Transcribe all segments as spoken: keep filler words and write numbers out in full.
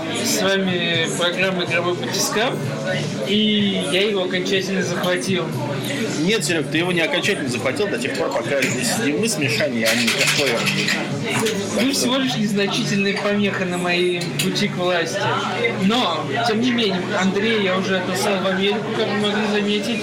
С вами программа «Игровой батискаф», и я его окончательно захватил. Нет, Серег, ты его не окончательно захватил до тех пор, пока здесь не мы с Мишаней, а не Косплеер. Вы всего лишь незначительная помеха на моей пути к власти. Но, тем не менее, Андрея я уже отослал в Америку, как вы могли заметить.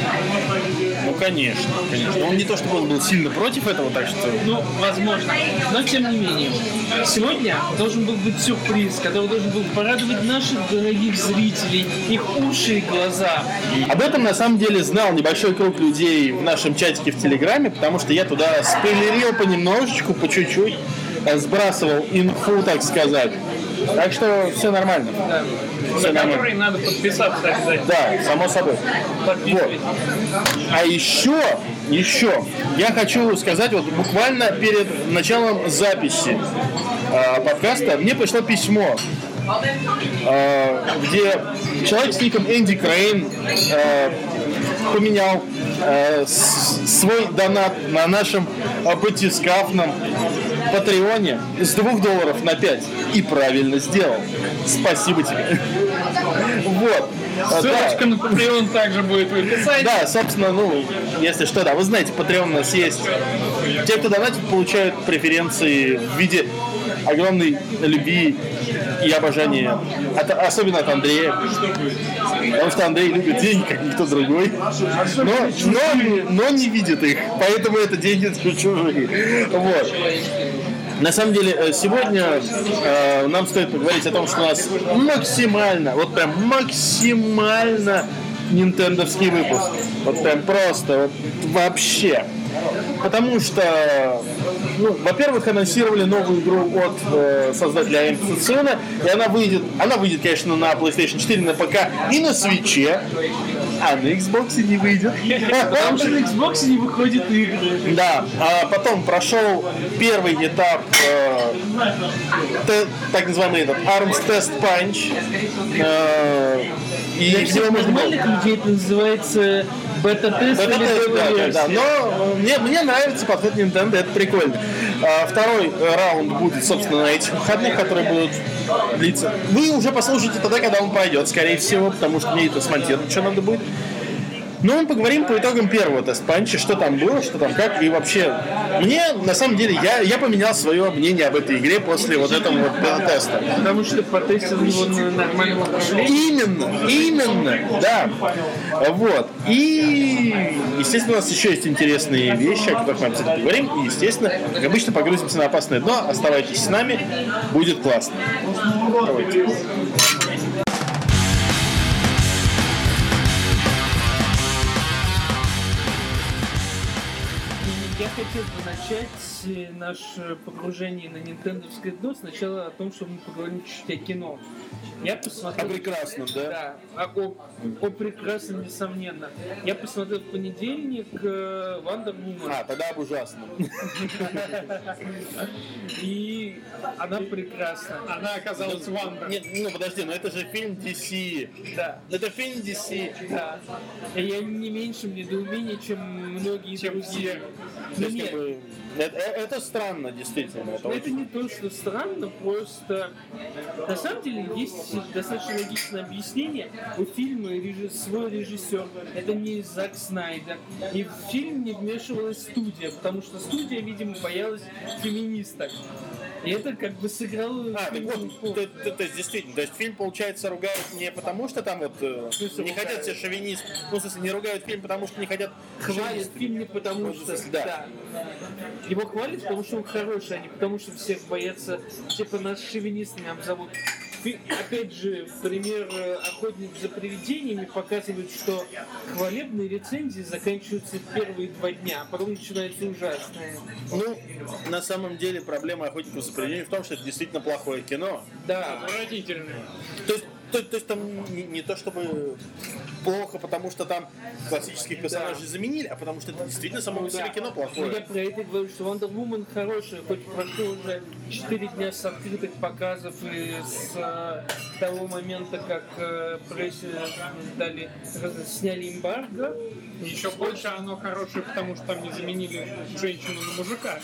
Ну, конечно, конечно. Он не то чтобы он был сильно против этого, так что... Ну, возможно. Но, тем не менее, сегодня должен был быть сюрприз, который должен был порадовать наших дорогих зрителей, их уши и глаза. Об этом, на самом деле, знал небольшой круг людей в нашем чатике в Телеграме, потому что я туда спойлерил понемножечку, по чуть-чуть, сбрасывал инфу, так сказать. Так что все нормально. Да. Все На нормально. который надо подписаться обязательно. Да, само собой. Вот. А еще, еще, я хочу сказать, вот буквально перед началом записи э, подкаста мне пришло письмо, э, где человек с ником Энди Крейн э, поменял э, с, свой донат на нашем э, батискафном Патреоне с двух долларов на пять. И правильно сделал. Спасибо тебе. Вот. Ссылочка да. на Patreon также будет в описании. Да, собственно, ну, если что, да, вы знаете, Patreon у нас есть. Те, кто донатит, получают преференции в виде огромной любви и обожания. От, особенно от Андрея. Потому что Андрей любит деньги, как никто другой. Но, но, но не видит их. Поэтому это деньги чужие. Вот. На самом деле, сегодня э, нам стоит поговорить о том, что у нас максимально, вот прям максимально нинтендовский выпуск. Вот прям просто, вот вообще. Потому что, ну, во-первых, анонсировали новую игру от э, создателя Amphicena, и она выйдет, она выйдет, конечно, на PlayStation четыре, на ПК и на Switch'е, а на Xbox не выйдет. Потому что на Xbox не выходит игры. Да, а потом прошел первый этап, э, т, так называемый этот Arms Test Punch. Э, и для всех нормальных людей это называется бета-тест или бета-тест, да, да, но мне, мне нравится подход Nintendo, это прикольно. А, второй раунд будет, собственно, на этих выходных, которые будут длиться. Вы уже послушаете тогда, когда он пойдет, скорее всего, потому что мне это смонтировать что надо будет. Ну, мы поговорим по итогам первого тест-панча, что там было, что там как, и вообще... Мне, на самом деле, я, я поменял свое мнение об этой игре после вот этого вот бета-теста. Потому что потестил его на нормальном управлении? Именно, именно, да. Вот. И, естественно, у нас еще есть интересные вещи, о которых мы обязательно поговорим. И, естественно, как обычно, погрузимся на опасное дно. Оставайтесь с нами, будет классно. Давайте. Я хотел бы начать наше погружение на нинтендовское дно сначала о том, что мы поговорим чуть-чуть о кино. Я посмотрел... О прекрасном, да? Да, о, о, о прекрасном, несомненно. Я посмотрел в понедельник Wonder Woman. А, тогда об ужасном. И она прекрасна. Она оказалась Wonder. Нет, ну подожди, но это же фильм ди си. Да. Это фильм ди си. Да. И я не меньше в недоумении, чем многие Чем другие. Ну, нет. как бы, это, это странно, действительно. Это, Это очень... не то, что странно, просто на самом деле есть достаточно логичное объяснение. У фильма режи... свой режиссер, это не Зак Снайдер. И в фильм не вмешивалась студия, потому что студия, видимо, боялась феминисток. И это как бы сыграло... А, так вот, то, то, то есть действительно, то есть фильм, получается, ругают не потому, что там вот э, не ругают? хотят все шовинисты, ну, в смысле, не ругают фильм, потому что не хотят Хвалит шовинистов. фильм не потому, Ну, что... в смысле, да. да. Его хвалят, потому что он хороший, а не потому, что всех боятся, типа, нас шовинистами обзовут. Фи- Опять же, пример э, «Охотник за привидениями» показывает, что хвалебные рецензии заканчиваются в первые два дня, а потом начинается ужасное. Ну, на самом деле, проблема «Охотников за привидениями» в том, что это действительно плохое кино. Да. Отвратительная. То есть, то, то есть там не, не то чтобы... плохо, потому что там классических персонажей да. заменили, а потому что это действительно само по себе да. кино плохое. Я про это говорю, что Wonder Woman хорошая, хоть прошло уже четыре дня с открытых показов и с э, того момента, как э, прессе дали, сняли эмбарго. Еще больше оно хорошее, потому что там не заменили женщину на мужика.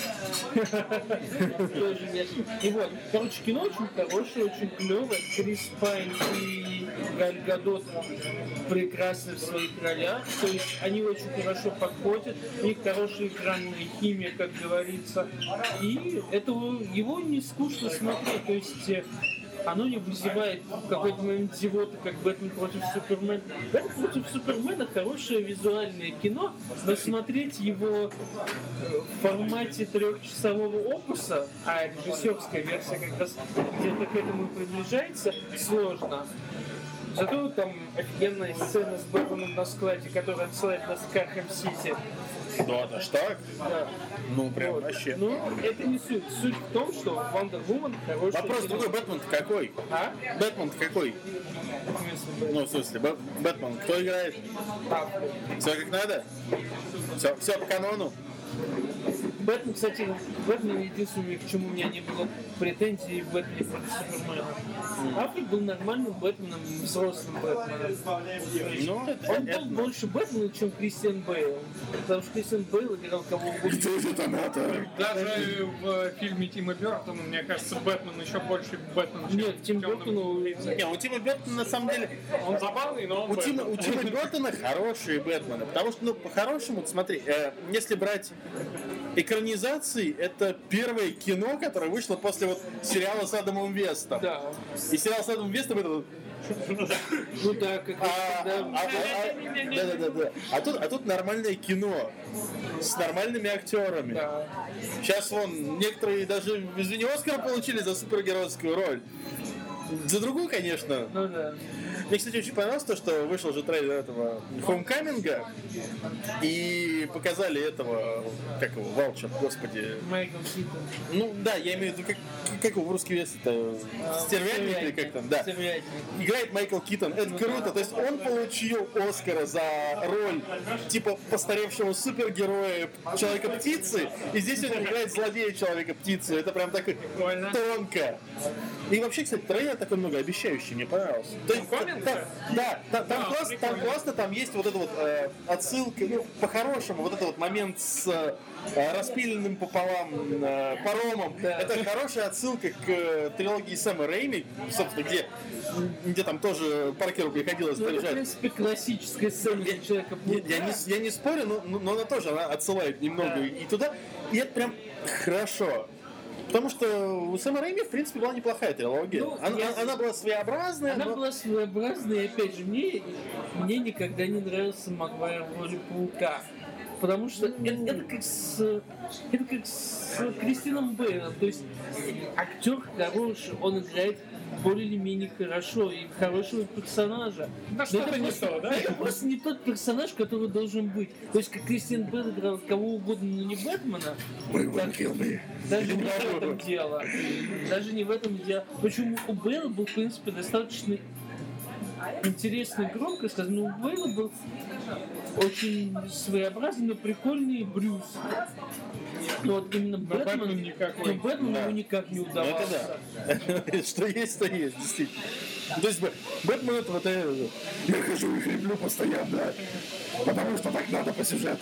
И вот, короче, кино очень хорошее, очень клевое. Крис Пайн и Галь Гадот прекрасны в своих ролях. То есть они очень хорошо подходят, у них хорошая экранная химия, как говорится. И это его не скучно смотреть. То есть оно не вызывает в какой-то момент зевоты, как Бэтмен против Супермена. Бэтмен против Супермена хорошее визуальное кино, но смотреть его в формате трехчасового опуса, а режиссерская версия как раз где-то к этому приближается, сложно. Зато там офигенная сцена с Бэтменом на складе, которая отсылает нас к Архам-Сити. Да, да, так? Да. Ну, прям вот. вообще. Ну, это не суть. Суть в том, что Wonder Woman хороший. Вопрос кино. другой, Бэтмен какой? А? Бэтмен какой? Ну, в смысле, Б- Бэтмен, кто играет? А. Все как надо? Все, все по канону? Бэтмен, кстати, Бэтмен единственное, к чему у меня не было претензий в Бэтмене против Супермена. Mm. Аффлек был нормальным Бэтменом, взрослым Бэтменом. Ну, это, Он это, был это... больше Бэтмена, чем Кристиан Бейл. Потому что Кристиан Бейл играл кого угодно. Кто это она-то? Даже в фильме Тима Бёртона, мне кажется, Бэтмен еще больше Бэтмен, чем Нет, Тим Бёртону... Не, у Тима Бёртона на самом деле... Он забавный, но он у Тима, у Тима Бёртона хорошие Бэтмены. Потому что, ну, по-хорошему, смотри, э, если брать экранизации, это первое кино, которое вышло после вот сериала с Адамом Вестом. Да. И сериал с Адамом Вестом это... Ну да, как а, да. А, а, да, да, да, да. А тут, а тут нормальное кино с нормальными актерами. Да. Сейчас вон некоторые даже, извини, Оскар получили за супергеройскую роль. За другую, конечно. Ну да. Мне, кстати, очень понравилось то, что вышел же трейлер этого Хоумкаминга, и показали этого, как его, Валчер, господи. Майкл Китон. Ну да, я имею в виду, как, как его в русский вес это А, стервятник или как там, да. Стервятник. Играет Майкл Китон, это круто, то есть он получил Оскара за роль типа постаревшего супергероя Человека-птицы, и здесь он играет злодея Человека-птицы, это прям так тонко. И вообще, кстати, трейлер такой многообещающий, мне понравился. То есть, там, да, там, там, класс, там классно, там есть вот эта вот э, отсылка, ну, по-хорошему, вот этот вот момент с э, распиленным пополам э, паромом. Да. Это хорошая отсылка к э, трилогии Сэма Рэйми, собственно, где, где там тоже Паркеру приходилось ну, заряжать. Это, в принципе, классическая сцена я, человека. Я, я, не, я не спорю, но, но она тоже она отсылает немного да. и туда. И это прям хорошо. Потому что у Сэма Рэйми, в принципе, была неплохая трилогия. Ну, она, я... она была своеобразная. Она но... была своеобразная, и опять же, мне, мне никогда не нравился Магуайр в роли Паука. Потому что это, это как с это как с Кристианом Бейлом. То есть актер хороший, он играет более или менее хорошо и хорошего персонажа. Да что-то не просто, то, да? Это просто не тот персонаж, который должен быть. То есть как Кристиан Бейл играл кого угодно, но не Бэтмена. Даже не в этом дело. Даже не в этом дело. Почему у Бейла был, в принципе, достаточно интересный, громко сказано, но у Бейла был очень своеобразный, но прикольный Брюс. Но вот именно Бэтмен, Бэтмен, никакой. Но Бэтмен да. ему никак не удавался. Это да. Что есть, то есть, действительно. То есть Бэтмен это вот я хожу и хриплю постоянно, потому что так надо по сюжету.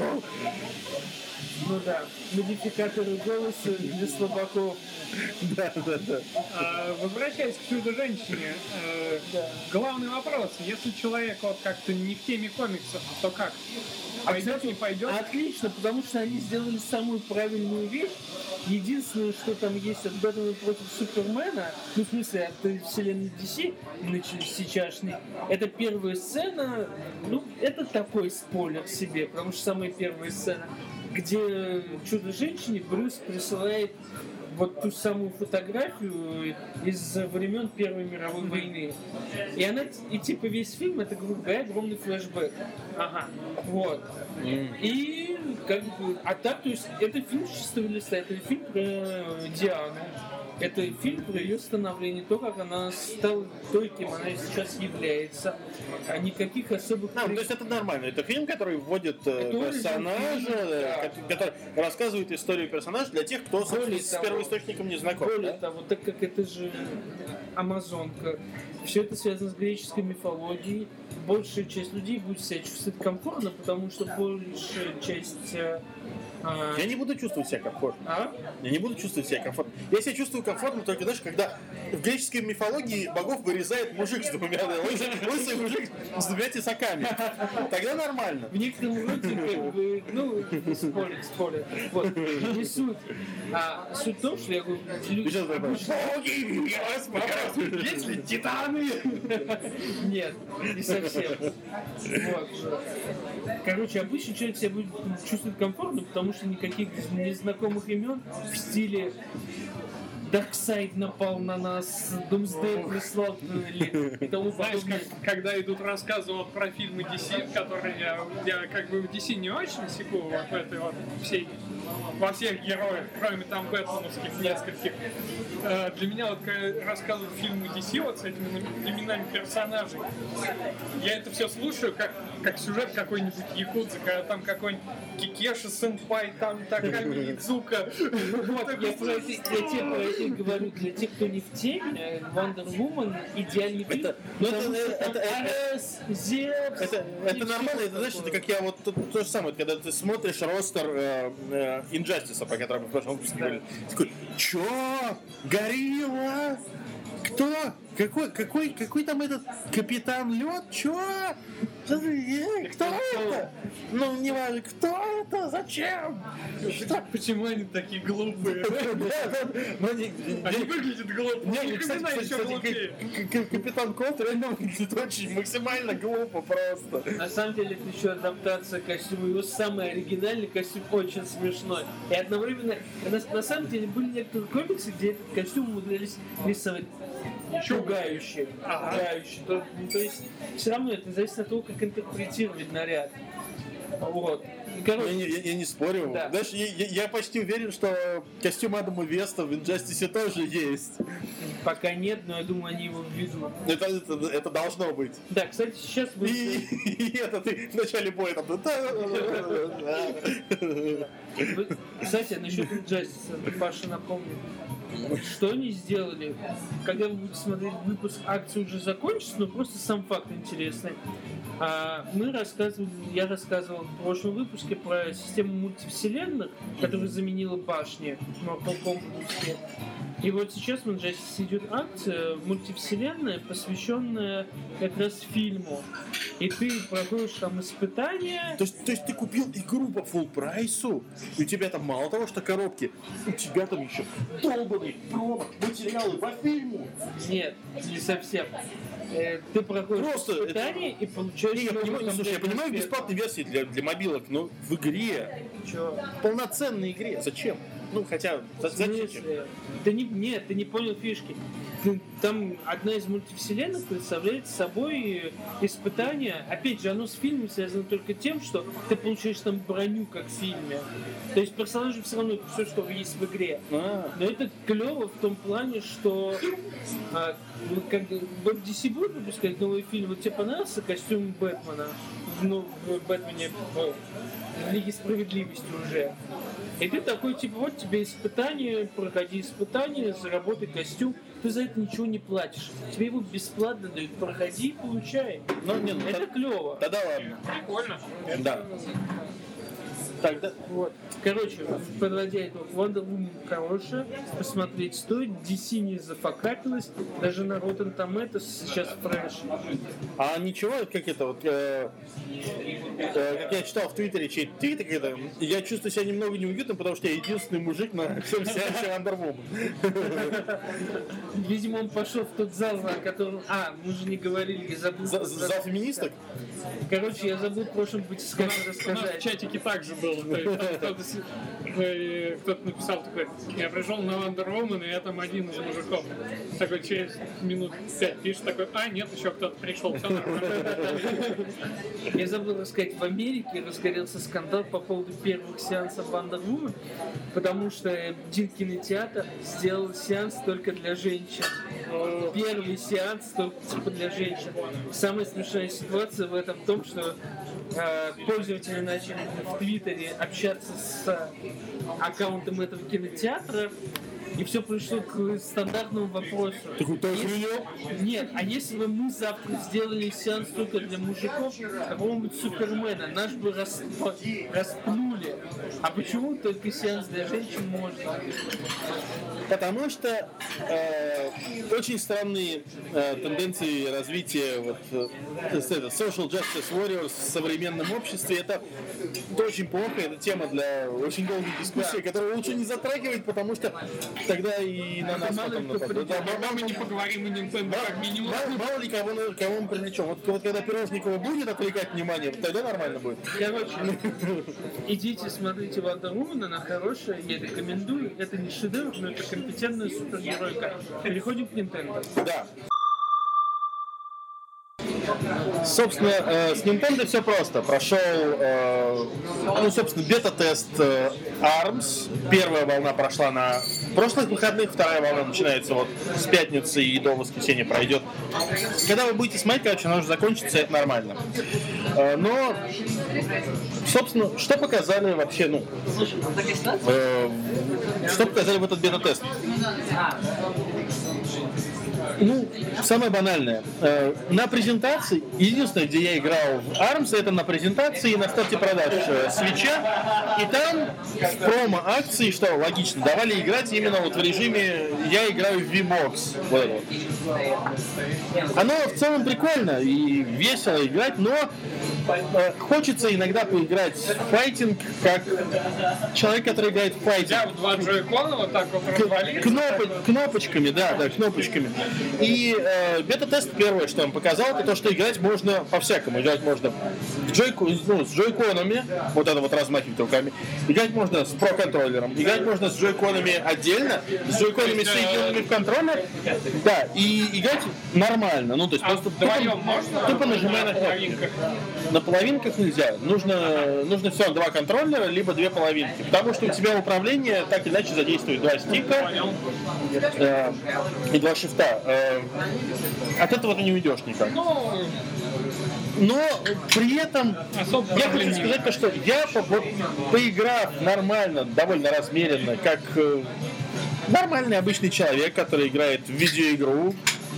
Ну да, модификаторы голоса для слабаков. Да, да, да. А, возвращаясь к чудо-женщине, э, да. главный вопрос, если человек вот как-то не в теме комиксов, то как? Пойдет, а, кстати, не пойдет? Отлично, потому что они сделали самую правильную вещь. Единственное, что там есть от Бэтмена против Супермена, ну, в смысле, от вселенной ди си, сейчасшней, это первая сцена, ну, это такой спойлер себе, потому что самая первая сцена, где Чудо-женщине Брюс присылает вот ту самую фотографию из времен Первой мировой войны. И она, и типа весь фильм это, грубо говоря, огромный флешбэк. Ага. Вот. И как бы, а так, то есть, это фильм с чистого листа, это фильм про Диану. Это фильм про ее становление, то, как она стала той, кем она сейчас является. А никаких особых... А, то есть это нормально. Это фильм, который вводит э, Это персонажа, фильм, да. который рассказывает историю персонажа для тех, кто Более с того, первоисточником не знаком. Более Да? того, так как это же амазонка, все это связано с греческой мифологией, большая часть людей будет себя чувствовать комфортно, потому что большая часть... А... Я не буду чувствовать себя комфортно. А? Я не буду чувствовать себя комфортно. Я себя чувствую комфортно только, знаешь, когда в греческой мифологии богов вырезает мужик с двумя, лысый, лысый мужик с двумя тесаками. Тогда нормально. В некотором роде, как бы, ну, спорят, спорят. Вот, не суть. А суть в том, что я говорю, люди... Есть ли титаны? Нет, не совсем. Вот. Короче, обычный человек себя будет чувствовать комфортно, потому что никаких незнакомых имен в стиле Дарксайд напал на нас, Думсдей прислал или и тому Знаешь, подобное. как, когда идут рассказы вот про фильмы ди си, которые я, я как бы в ди си не очень секу вот в этой вот всей, во всех героях, кроме там бэтменовских нескольких. Э, для меня вот когда рассказывают фильмы ди си вот с этими именами персонажей, я это все слушаю как, как сюжет какой-нибудь якудзы, когда там какой-нибудь Кикеши сэмпай, там Таками Идзука. Вот, я, про это, я тебе про это говорю, для тех, кто не в теме, Wonder Woman идеальный фильм. Это, ну, потому это, что это, там это, Арес, Зевс, это, и это всё нормально, это знаешь, такое. это как я вот то, то же самое, когда ты смотришь ростер э, э, Injustice, по которому мы в прошлом выпуске говорили, такой, чё? Горилла? Кто? Какой, какой, какой там этот Капитан Лед? Чё? Э, Кто это? Ну, не важно, кто это? Зачем? Что? Почему они такие глупые? Ну, не- Они не- выглядят глупо. Не, Ни не, кстати, хрена кстати, еще кстати, глупее. к- к- Капитан Колт реально выглядит очень максимально глупо просто. На самом деле это еще адаптация костюма. Его самый оригинальный костюм очень смешной. И одновременно, на, на самом деле, были некоторые комиксы, где этот костюм умудрялись рисовать пугающе. Пугающе. То, ну, то есть, все равно это зависит от того, как интерпретировать наряд. Вот. И, короче, Я, не- я- я не спорю. Да. Знаешь, я, я- я почти уверен, что костюм Адама Веста в Инжастисе тоже есть. пока нет, но я думаю, они его введут. Это, это, это должно быть. Да, кстати, сейчас И, вы... и это ты в начале боя там... Вы- Кстати, насчет Инжастиса, Паша напомню. Что они сделали? Когда вы будете смотреть выпуск, акция уже закончится, но просто сам факт интересный. А мы рассказывали, я рассказывал в прошлом выпуске про систему мультивселенных, которая заменила башни в Mortal Kombat. И вот сейчас в Injustice идет акция мультивселенная, посвященная как раз фильму. И ты проходишь там испытания. То есть, то есть ты купил игру по фулл прайсу, и у тебя там мало того, что коробки, у тебя там еще долбанный провод, материалы по фильму. Нет, не совсем. Э, Ты проходишь Просто испытания и получаешь... Не, я новый понимаю, слушай, я комплект понимаю успеха. бесплатные версии для, для мобилок, но в игре, Чё? в полноценной игре, зачем? Ну, хотя, за- В зачем? смысле? Ты не, нет, ты не понял фишки. Ты- там одна из мультивселенных представляет собой испытание. Опять же, оно с фильмом связано только тем, что ты получаешь там броню, как в фильме. То есть персонажи все равно это все, что есть в игре. А, Но это клево в том плане, что а, ну, как в ди си будет выпускать новый фильм, вот тебе понравился костюм Бэтмена ну, в Бэтмене в, в Лиге Справедливости уже. И ты такой, типа, вот тебе испытание, проходи испытание, заработай костюм, ты за это ничего не платишь. Тебе его бесплатно дают, проходи и получай. ну, не, ну, Это тогда, клево. тогда ладно. Прикольно. Да. Тогда, Вот. Короче, подводя итог, Wonder Woman хорошая, посмотреть стоит, ди си не зафакапилась, даже на Rotten Tomatoes сейчас фреш. а ничего, как это вот, э, э, как я читал в Твиттере, чей твит, как это, я чувствую себя немного неуютно, потому что я единственный мужик на всем сеансе Wonder Woman. Видимо, он пошел в тот зал, о котором... А, мы же не говорили, я забыл. За, за феминисток? Короче, я забыл в прошлом быть У сказать нас, у нас в рассказать. чатике также был было. То есть, там кто-то, с- э, кто-то написал такой, я пришел на Wonder Woman, и я там один из мужиков. Такой через минут пять пишет, такой, а, нет, еще кто-то пришел, все нормально. Я забыл рассказать, в Америке разгорелся скандал по поводу первых сеансов Wonder Woman, потому что один кинотеатр сделал сеанс только для женщин. Первый сеанс только типа для женщин. Самая смешная ситуация в этом в том, что э, пользователи начали в Твиттере общаться с э, аккаунтом этого кинотеатра, и все пришло к стандартному вопросу. Ты кто Если- Нет, а если бы мы завтра сделали сеанс только для мужиков, какого-нибудь Супермена, наш бы рас- распнули. А почему только сеанс для женщин можно? Потому что э, очень странные э, тенденции развития вот, э, это, social justice warriors в современном обществе. Это, это очень плохо, это тема для очень долгой дискуссии, которую лучше не затрагивать, потому что тогда и на нас мало потом кто нападут. Да, Когда мы не поговорим о Nintendo как минимум. Мало, мало ли кого, на- кого мы привлечем. Вот, вот когда Пирожникова будет отвлекать внимание, вот тогда нормально будет. Короче, идите, смотрите Wonder Woman, она хорошая, я рекомендую. Это не шедевр, но это компетентная супергеройка. Переходим к Nintendo. Да. Собственно, э, с Nintendo все просто. Прошел, э, ну, собственно, бета-тест э, армс. Первая волна прошла на прошлых выходных, вторая волна начинается вот с пятницы и до воскресенья пройдет. Когда вы будете смотреть, короче, она уже закончится, это нормально. Э, но, собственно, что показали вообще, ну, э, что показали в этот бета-тест? Ну, самое банальное. Э, на презентации, единственное, где я играл в армс, это на презентации на старте продаж э, свитча. И там в промо-акции, что логично, давали играть именно вот в режиме «я играю в V-Box». Вот это вот. Оно в целом прикольно и весело играть, но э, хочется иногда поиграть в файтинг, как человек, который играет в файтинг. Я в два джойкона вот так вот развалился. Кнопо- кнопочками, да, да, кнопочками. И э, бета-тест первое, что он показал, это то, что играть можно по-всякому. Играть можно в джойку, ну, с джойконами, вот это вот размахивать руками. Играть можно с про-контроллером. Играть можно с джойконами отдельно, с джойконами соединенными в контроллер. Да, и играть нормально. Ну, то есть А просто вдвоем тупо, можно? тупо нажимая на На кнопку. половинках? На половинках нельзя. Нужно, нужно все, два контроллера, либо две половинки. Потому что у тебя в управлении так или иначе задействует два стика э, и два шифта. Э, от этого ты не уйдешь никак. Ну, Но при этом особо я проблем хочу нет. сказать, то, что я, по- вот, поиграв нормально, довольно размеренно, как э, нормальный обычный человек, который играет в видеоигру,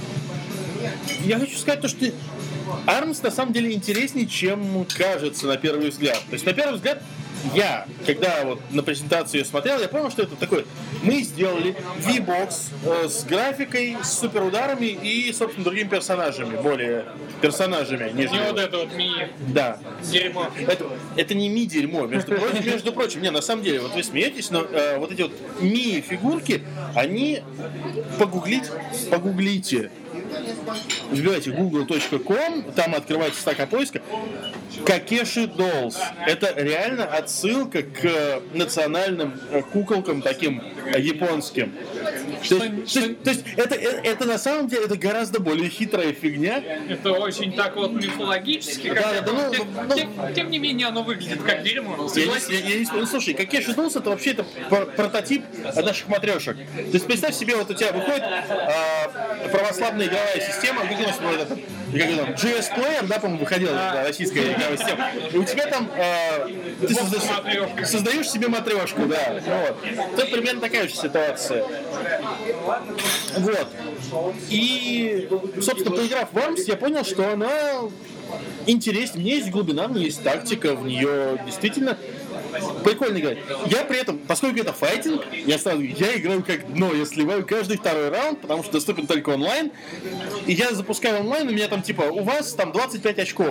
я хочу сказать то, что армс на самом деле интереснее, чем кажется на первый взгляд. То есть на первый взгляд я, когда вот на презентацию ее смотрел, я понял, что это такое. Мы сделали V-Box э, с графикой, с суперударами и, собственно, другими персонажами, более персонажами, не нежели... вот это вот ми Да. дерьмо. Это, это не ми-дерьмо, между прочим, между прочим, не, на самом деле, вот вы смеетесь, но э, вот эти вот ми-фигурки, они погуглить, погуглите, вбивайте гугл точка ком, там открывается строка поиска, Какеши Dolls. Это реально отсылка к национальным э, куколкам таким э, японским. То есть, то есть- то есть это, это, это на самом деле это гораздо более хитрая фигня. Это очень так вот мифологически. Да, как да, ну, тем, ну, тем- тем не менее, оно выглядит как дерьмо. Я не, Согласен? я- я не спорю. Ну, слушай, Какеши Dolls это вообще это пр- прототип наших матрешек. То есть представь себе, вот у тебя выходит а, православная игровая система, как у нас бывает это, как ее там, джи эс Player, да, по-моему, выходила да, российская игровая система. И у тебя там а, ты созда- матрешка. создаешь себе матрешку, да. Вот. Тут примерно такая же ситуация. Вот. И, собственно, поиграв в армс, я понял, что она интереснее. В ней есть глубина, в ней есть тактика, в нее действительно прикольно играть. Я при этом, поскольку это файтинг, я сразу я играю как дно, я сливаю каждый второй раунд, потому что доступен только онлайн. И я запускаю онлайн, у меня там типа, у вас там двадцать пять очков.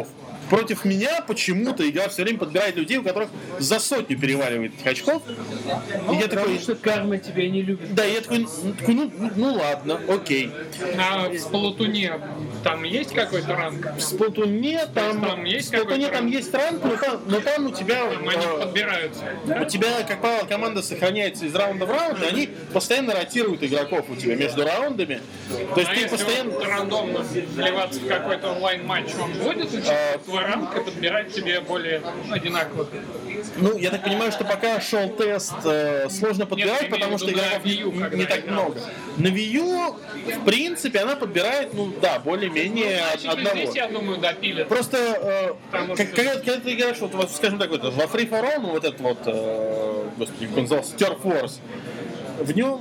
против меня почему-то игра все время подбирает людей, у которых за сотню переваривает этих очков. Ну, и я потому такой, что карма тебя не любит. да, я такой, ну, такой, ну, ну ладно, окей. А в Сплатуне там есть какой-то ранг? В Сплатуне там, там есть в Сплатуне какой-то там ранг? есть ранг, но там, но там у тебя... Там они э, подбираются. У тебя, как правило, команда сохраняется из раунда в раунд, и они постоянно ротируют игроков у тебя между раундами. То есть А ты если постоянно... вот рандомно вливаться в какой-то онлайн-матч, он будет учитывать твой ранг и подбирать тебе более одинаковых? Ну, я так понимаю, что пока шел тест, э, сложно подбирать, Нет, потому имею в что виду на игроков Wii U, не, когда не так играл. много. На Wii U, в принципе, она подбирает, ну да, более-менее Значит, и одного. здесь, я думаю, допилят. Просто, э, Потому как- что- когда, когда ты играешь, вот, вот, скажем так, вот, во Free for All, ну, вот этот вот, э, господи, как он назывался, Turf Wars, в нем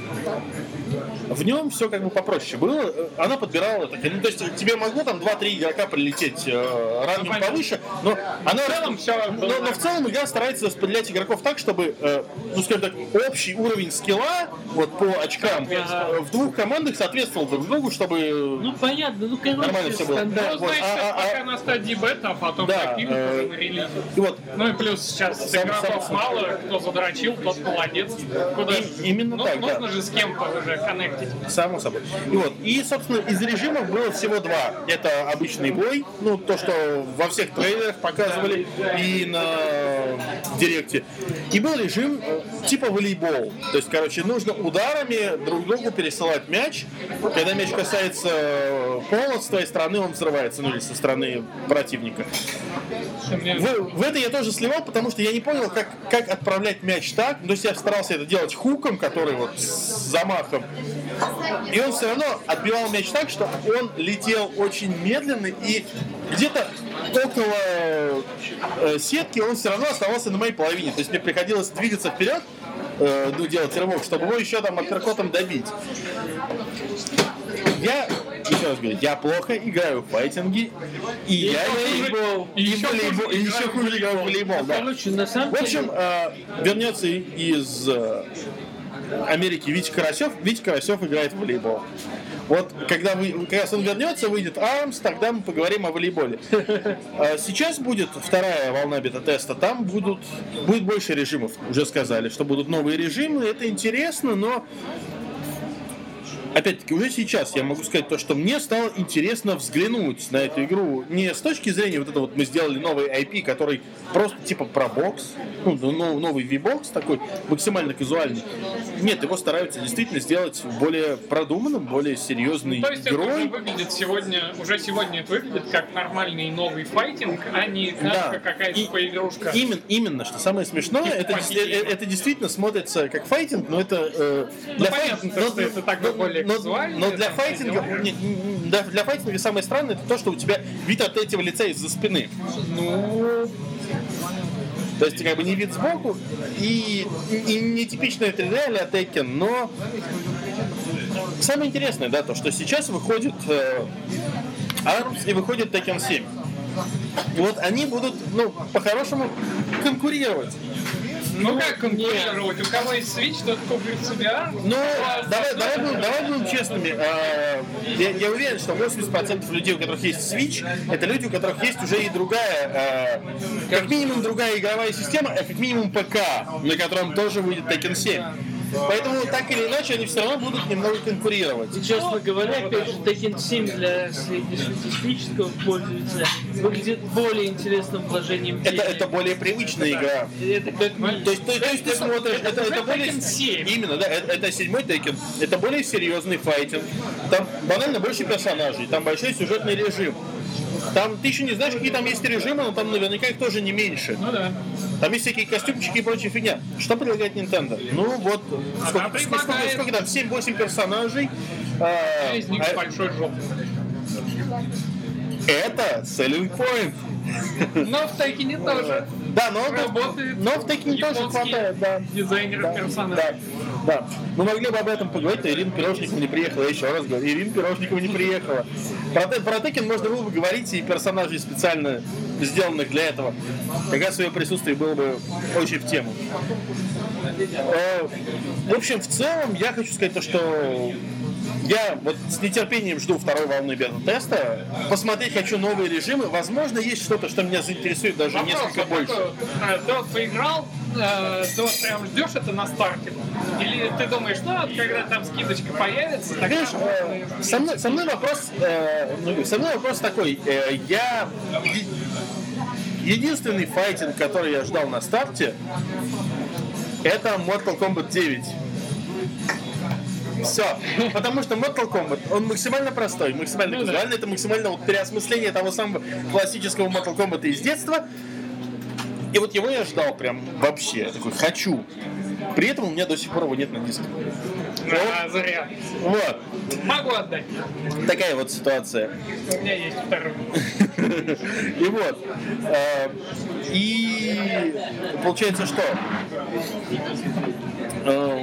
в нем все как бы попроще было. Она подбирала так, ну, то есть тебе могло там два-три игрока прилететь э, рангом понятно. повыше, но она, В целом всё но, было но в целом игра старается распределять игроков так, чтобы, э, ну скажем так, общий уровень скилла вот по очкам э, в двух командах соответствовал друг другу, чтобы Ну понятно, ну нормально короче, все было. Ну, стандарт. Вот, знаешь, а- сейчас а- пока на стадии бета, а потом Да, допилят э, уже на релизе. и вот Ну и плюс сейчас Сам- игроков сам- мало, кто задрочил, тот молодец. Куда И- ж- именно ну, так, да. нужно же с кем-то уже коннектить. само собой. И вот, и, собственно, из режимов было всего два. Это обычный бой, ну, то, что во всех трейлерах показывали и на директе. И был режим э, типа волейбол. То есть, короче, нужно ударами друг другу пересылать мяч. Когда мяч касается э, пола с твоей стороны, он взрывается, ну, или со стороны противника. В, в это я тоже сливал, потому что я не понял, как, как отправлять мяч так. То есть я старался это делать хуком, который вот с замахом. И он все равно отбивал мяч так, что он летел очень медленно, и где-то около э, сетки он все равно оставался на моей половине. То есть мне приходилось двигаться вперед, э, ну, делать рывок, чтобы его еще там апперкотом добить. Я, еще раз говорю, я плохо играю в файтинги, и, я хуже- волейбол, и и, еще волейбол, хуже и играю еще в хуже играю в волейбол. Да. Короче, на самом В общем, деле, э, вернется из э, Америки Витя Карасев. Витя Карасев играет в волейбол. Вот когда, вы, как раз он вернется, выйдет Армс, тогда мы поговорим о волейболе. А сейчас будет вторая волна бета-теста, там будут, будет больше режимов, уже сказали, что будут новые режимы, это интересно, но опять-таки, уже сейчас я могу сказать то, что мне стало интересно взглянуть на эту игру не с точки зрения вот это вот мы сделали новый ай пи, который просто типа про бокс, ну, ну, новый V-бокс такой, максимально казуальный. Нет, его стараются действительно сделать более продуманным, более серьезной То есть это уже игрой. выглядит сегодня, уже сегодня это выглядит как нормальный новый файтинг, а не как Да. какая-то И- поигрушка. Именно, именно, что самое смешное, Типа это, похитение. действи- это действительно смотрится как файтинг, но это э, Ну, понятно, то, что это так более но, казуально, но для там, файтинга, все дела. не- не- для, для файтинга самое странное это то, что у тебя вид от третьего лица из-за спины. Ну, То есть как бы не вид сбоку и, и не типичная три дэ а-ля Tekken, но самое интересное, да, то, что сейчас выходит э, Arms и выходит Tekken семь. И вот они будут, ну, по-хорошему конкурировать. ну как конкурировать? У кого есть Switch, тот купит себе Arms. Ну, давай, давай, будем, давай будем честными. А, Я, я уверен, что восемьдесят процентов людей, у которых есть Switch, это люди, у которых есть уже и другая, а, как минимум другая игровая система, а как минимум ПК, на котором тоже выйдет Tekken семь. Поэтому так или иначе они все равно будут немного конкурировать. и, честно говоря, опять же, Tekken семь для среднестатистического пользователя выглядит более интересным вложением Это, денег. это более привычная игра. Это как ми- То есть, то, то есть ты смотришь, это, это более... Tekken семь. Именно, да, это, это седьмой Tekken. Это более серьезный файтинг. Там банально больше персонажей, там большой сюжетный режим. Там ты еще не знаешь, какие там есть режимы, но там наверняка их тоже не меньше. Ну да. Там есть всякие костюмчики и прочая фигня. Что предлагает Nintendo? Ну вот, сколько, сколько, сколько, предлагает- сколько там, семь-восемь персонажей. а, Из них а, большой жоп. это selling point. Но в Текине тоже Да, но, работает но в Tekken тоже японский хватает, да. дизайнер Да, персонажа. да, да. Мы могли бы об этом поговорить, но Ирина Пирожникова не приехала. Я еще раз говорю, Ирина Пирожникова не приехала. Про, Те- про Tekken можно было бы говорить, и персонажей специально сделанных для этого. Как раз свое присутствие было бы очень в тему. Э, В общем, в целом, я хочу сказать то, что я вот с нетерпением жду второй волны бета-теста. Посмотреть хочу новые режимы. Возможно, есть что-то, что меня заинтересует даже Вопрос, несколько вот больше. такой, э, Ты вот поиграл, э, ты вот прям ждешь это на старте? Или ты думаешь, ну вот когда там скидочка появится, тогда... Знаешь, э, со, мной, со мной вопрос, э, ну, со мной вопрос такой. Э, я е- единственный файтинг, который я ждал на старте, это Mortal Kombat девять. Все. Потому что Mortal Kombat, он максимально простой, максимально Ну да. казуальный, это максимально вот переосмысление того самого классического Mortal Kombat из детства. И вот его я ждал прям вообще. Я такой, хочу. При этом у меня до сих пор его нет на диске. А, зря. Вот. Могу отдать. Такая вот ситуация. У меня есть второй. И вот. э, И получается, что э,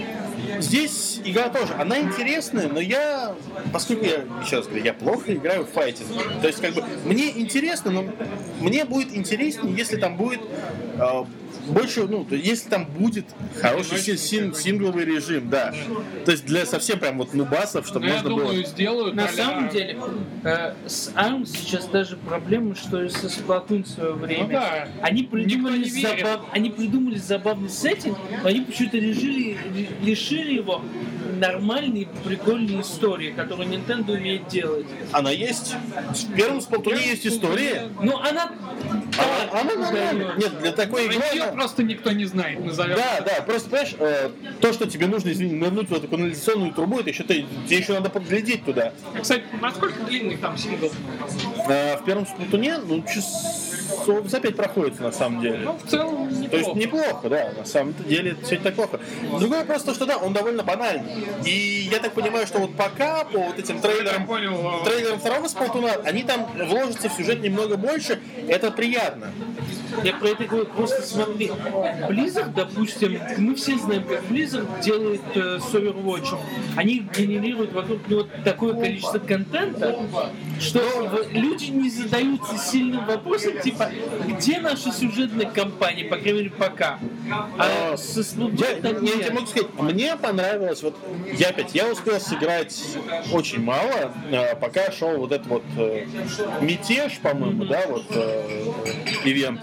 здесь игра тоже, она интересная, но я, поскольку я, еще раз говорю, я плохо играю в файтинг. То есть, как бы, мне интересно, но мне будет интереснее, если там будет э, больше, ну, то есть, если там будет хороший син- син- сингловый режим, да. То есть для совсем прям вот нубасов, чтобы Ну, я можно думаю, было... сделают. На а-ля- самом деле, э, с арм сейчас даже проблема, что и со Splatoon в свое время. Ну да. Они придумали, Никто не верит. забав- они придумали забавный сеттинг, но они почему-то решили, лишили его нормальной, прикольной истории, которую Nintendo умеет делать. Она есть. В первом Splatoon есть история. Ну, она... Она, она нормальная. Нет, для такой игры... Ее она- просто никто не знает, назовем. Да, да, просто, понимаешь, э, то, что тебе нужно, извини, нырнуть в эту канализационную трубу, это еще ты, тебе еще надо подглядеть туда. Кстати, насколько длинный там сингл? Э, в первом Сплатуне, ну, часов за пять проходит, на самом деле. Ну, в целом, То есть неплохо. неплохо, да, на самом деле все не так плохо. Другой вопрос то, что да, он довольно банальный. И я так понимаю, что вот пока по вот этим Я трейлерам, понял. трейлерам второго Сплатуна, они там вложатся в сюжет немного больше, это приятно. Я про это говорю, просто смотри. Blizzard, допустим, мы все знаем, как Blizzard делает э, с Overwatch. Они генерируют вокруг него такое количество контента, что в- люди не задаются сильным вопросом, типа, где наша сюжетная кампания, по крайней мере, пока. А со Splatoon Я, так я тебе нет. могу сказать, мне понравилось, вот я опять, я успел сыграть очень мало, э, пока шел вот этот вот э, мятеж, по-моему, да, вот э, ивент.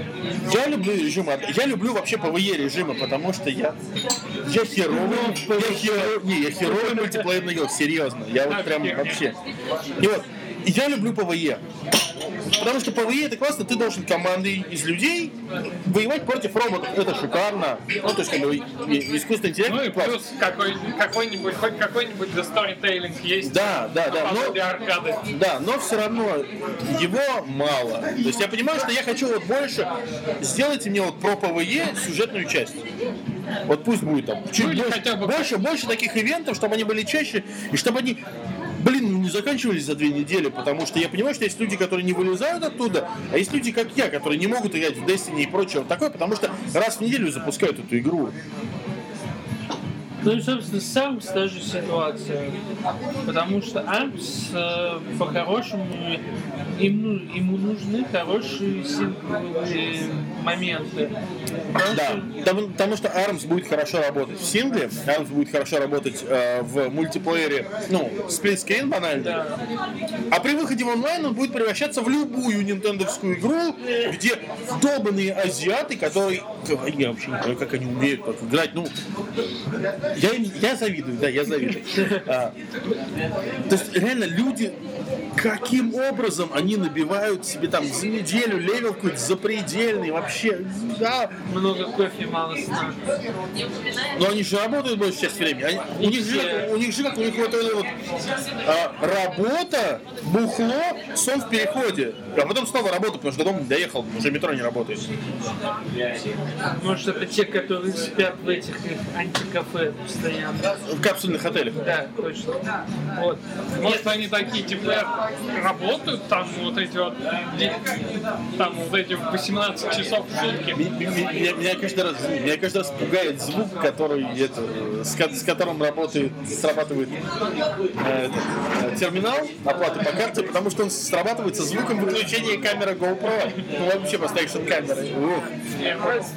Я люблю режимы, я люблю вообще ПВЕ режимы, потому что я я херовый, я херовый, не, я херовый мультиплеерный игрок, серьезно, я вот прям вообще. И вот, и я люблю ПВЕ. Потому что ПВЕ это классно, ты должен командой из людей воевать против роботов. Это шикарно. Ну, то есть, как бы, и- искусственный интеллект. Ну и классно. плюс какой, какой-нибудь, хоть какой-нибудь за сторителлинг есть. Да, да, да. Но, Для аркады. да, но все равно его мало. То есть я понимаю, что я хочу вот больше. Сделайте мне вот про ПВЕ сюжетную часть. Вот пусть будет там чуть Ну, или больше, хотя бы- больше, больше таких ивентов, чтобы они были чаще, и чтобы они, блин, ну, не заканчивались за две недели, потому что я понимаю, что есть люди, которые не вылезают оттуда, а есть люди, как я, которые не могут играть в Destiny и прочее вот такое, потому что раз в неделю запускают эту игру. Ну и, собственно, с Армс та же ситуация. Потому что Армс, э, по-хорошему, им, ну, ему нужны хорошие сингловые моменты. Потому Да, что- потому, потому что армс будет хорошо работать в сингле, армс будет хорошо работать э, в мультиплеере, ну, сплитскрин банальный. Да. А при выходе в онлайн он будет превращаться в любую нинтендовскую игру, где долбанные азиаты, которые... Я вообще не знаю, как они умеют так играть. Ну, я, им- я завидую, да, я завидую. А, то есть, реально, люди, каким образом они набивают себе там за неделю левел какой-то запредельный, вообще, да. Много кофе, мало сна. Но они же работают большую часть времени. Они- у, них же, как- у них же как у них вот эта вот а, работа, бухло, сон в переходе. А потом снова работа, потому что до дома не доехал, уже метро не работает. Может, это те, которые спят в этих их антикафе постоянно. В капсульных отелях. Да, точно. Вот. Может, они такие, типа, работают, там вот эти вот, ди- там вот эти восемнадцать часов в сутки. М- м- м- Меня, меня каждый раз, меня каждый раз пугает звук, который это, с, ко- с которым работает, срабатывает э, этот, э, терминал оплаты по карте, потому что он срабатывает со звуком выключения камеры GoPro. Ну вообще просто экшн камеры. Ух. Не, в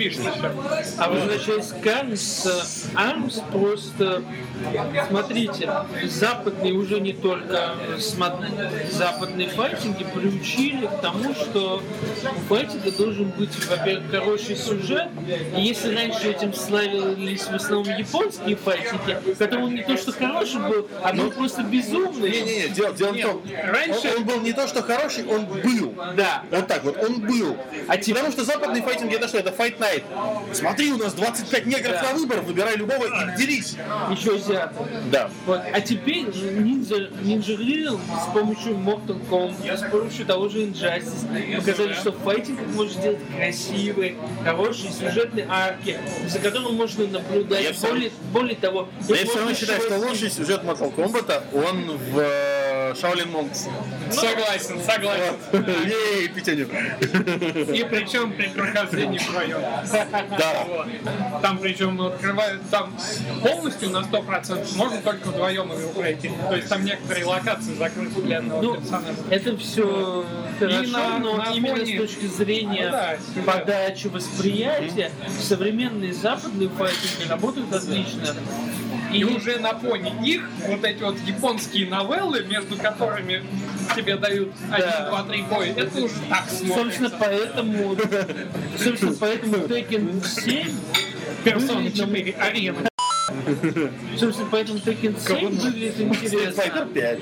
пишет еще. А возвращаясь к Армс, Армс просто, смотрите, западные уже не только смо- западные файтинги приучили к тому, что у файтинга должен быть, во-первых, хороший сюжет, и если раньше этим славились в основном японские файтинги, который не то что хороший был, а был просто безумный. Не-не-не, дело, дело в том, раньше- он, он был не то, что хороший, он был. Да. Вот так вот, он был. А те- Потому что западный файтинг, это что, это Fight Night. Смотри, у нас двадцать пять негров Да. на выбор, выбирай любого и делись. Еще азиаты. Да. Вот. А теперь Ninja, Ninja Reel с помощью Mortal Kombat, с помощью того же Injustice показали, что файтинг может сделать красивые, хорошие сюжетные арки, за которым можно наблюдать. Я все- более, более того, Но их я все равно можно считаю, что шивать- лучший сюжет Mortal Kombat, он в э, Shaolin Monks. Согласен, согласен. Ей, Петянин. И причем при прохождении вдвоем. Да. Вот. Там причем открывают там полностью на сто процентов можно только вдвоем его пройти. То есть там некоторые локации закрыты для одного Ну, персонажа. это все хорошо, на- но на именно фоне- с точки зрения Ну да, сюжет. подачи, восприятия, современные западные файтинги работают отлично. И уже на фоне их вот эти вот японские новеллы, между которыми тебе дают один, два, три боя, это уже так Собственно, смотрится. поэтому, собственно, поэтому Tekken семь Персона выглядит на- четыре, арена. Собственно, поэтому Tekken семь выглядит Street интересно. Fighter пять.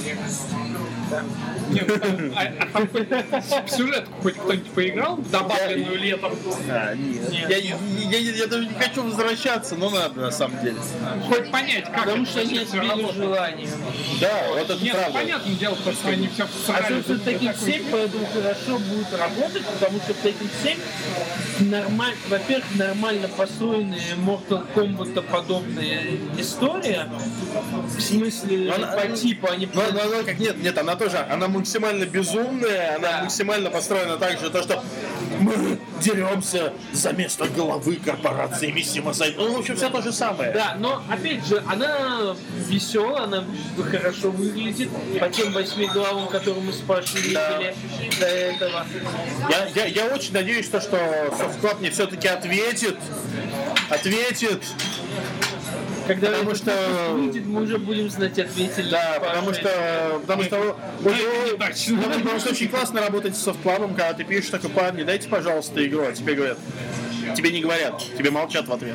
Нет, там, а, а там хоть в сюжетку хоть кто-нибудь поиграл, добавленную летом? А, нет. Я, я, я, я даже не хочу возвращаться, но надо на самом деле. Хоть понять, как Потому это что они вообще всё отбили работает. желание. Да, вот это Нет, правда. понятное дело, потому что они все А всрали. собственно, Tekken семь поэтому хорошо будет работать, потому что Tekken семь нормально, во-первых, нормально построенная Mortal Kombat подобная история, в смысле Она- по типу, а не Но, по... но она как нет, нет, она тоже, она максимально безумная, она Да. максимально построена так же, то что мы деремся за место главы корпорации Миссима Сайт. Ну, в общем, все то же самое. Да, но опять же, она веселая, она хорошо выглядит по тем восьми главам, которые мы с Пашей видели до этого. Я, я, я очень надеюсь, что, что Soft Club мне все-таки ответит. Ответит. Когда Потому этот что- выпуск выйдет, мы уже будем знать, ответили Да, ли потому Паша. что, потому что, у него- не точно. потому, потому что очень классно работать с софтклабом, когда ты пишешь такой: парни, дайте, пожалуйста, игру, а тебе говорят. Тебе не говорят, тебе молчат в ответ.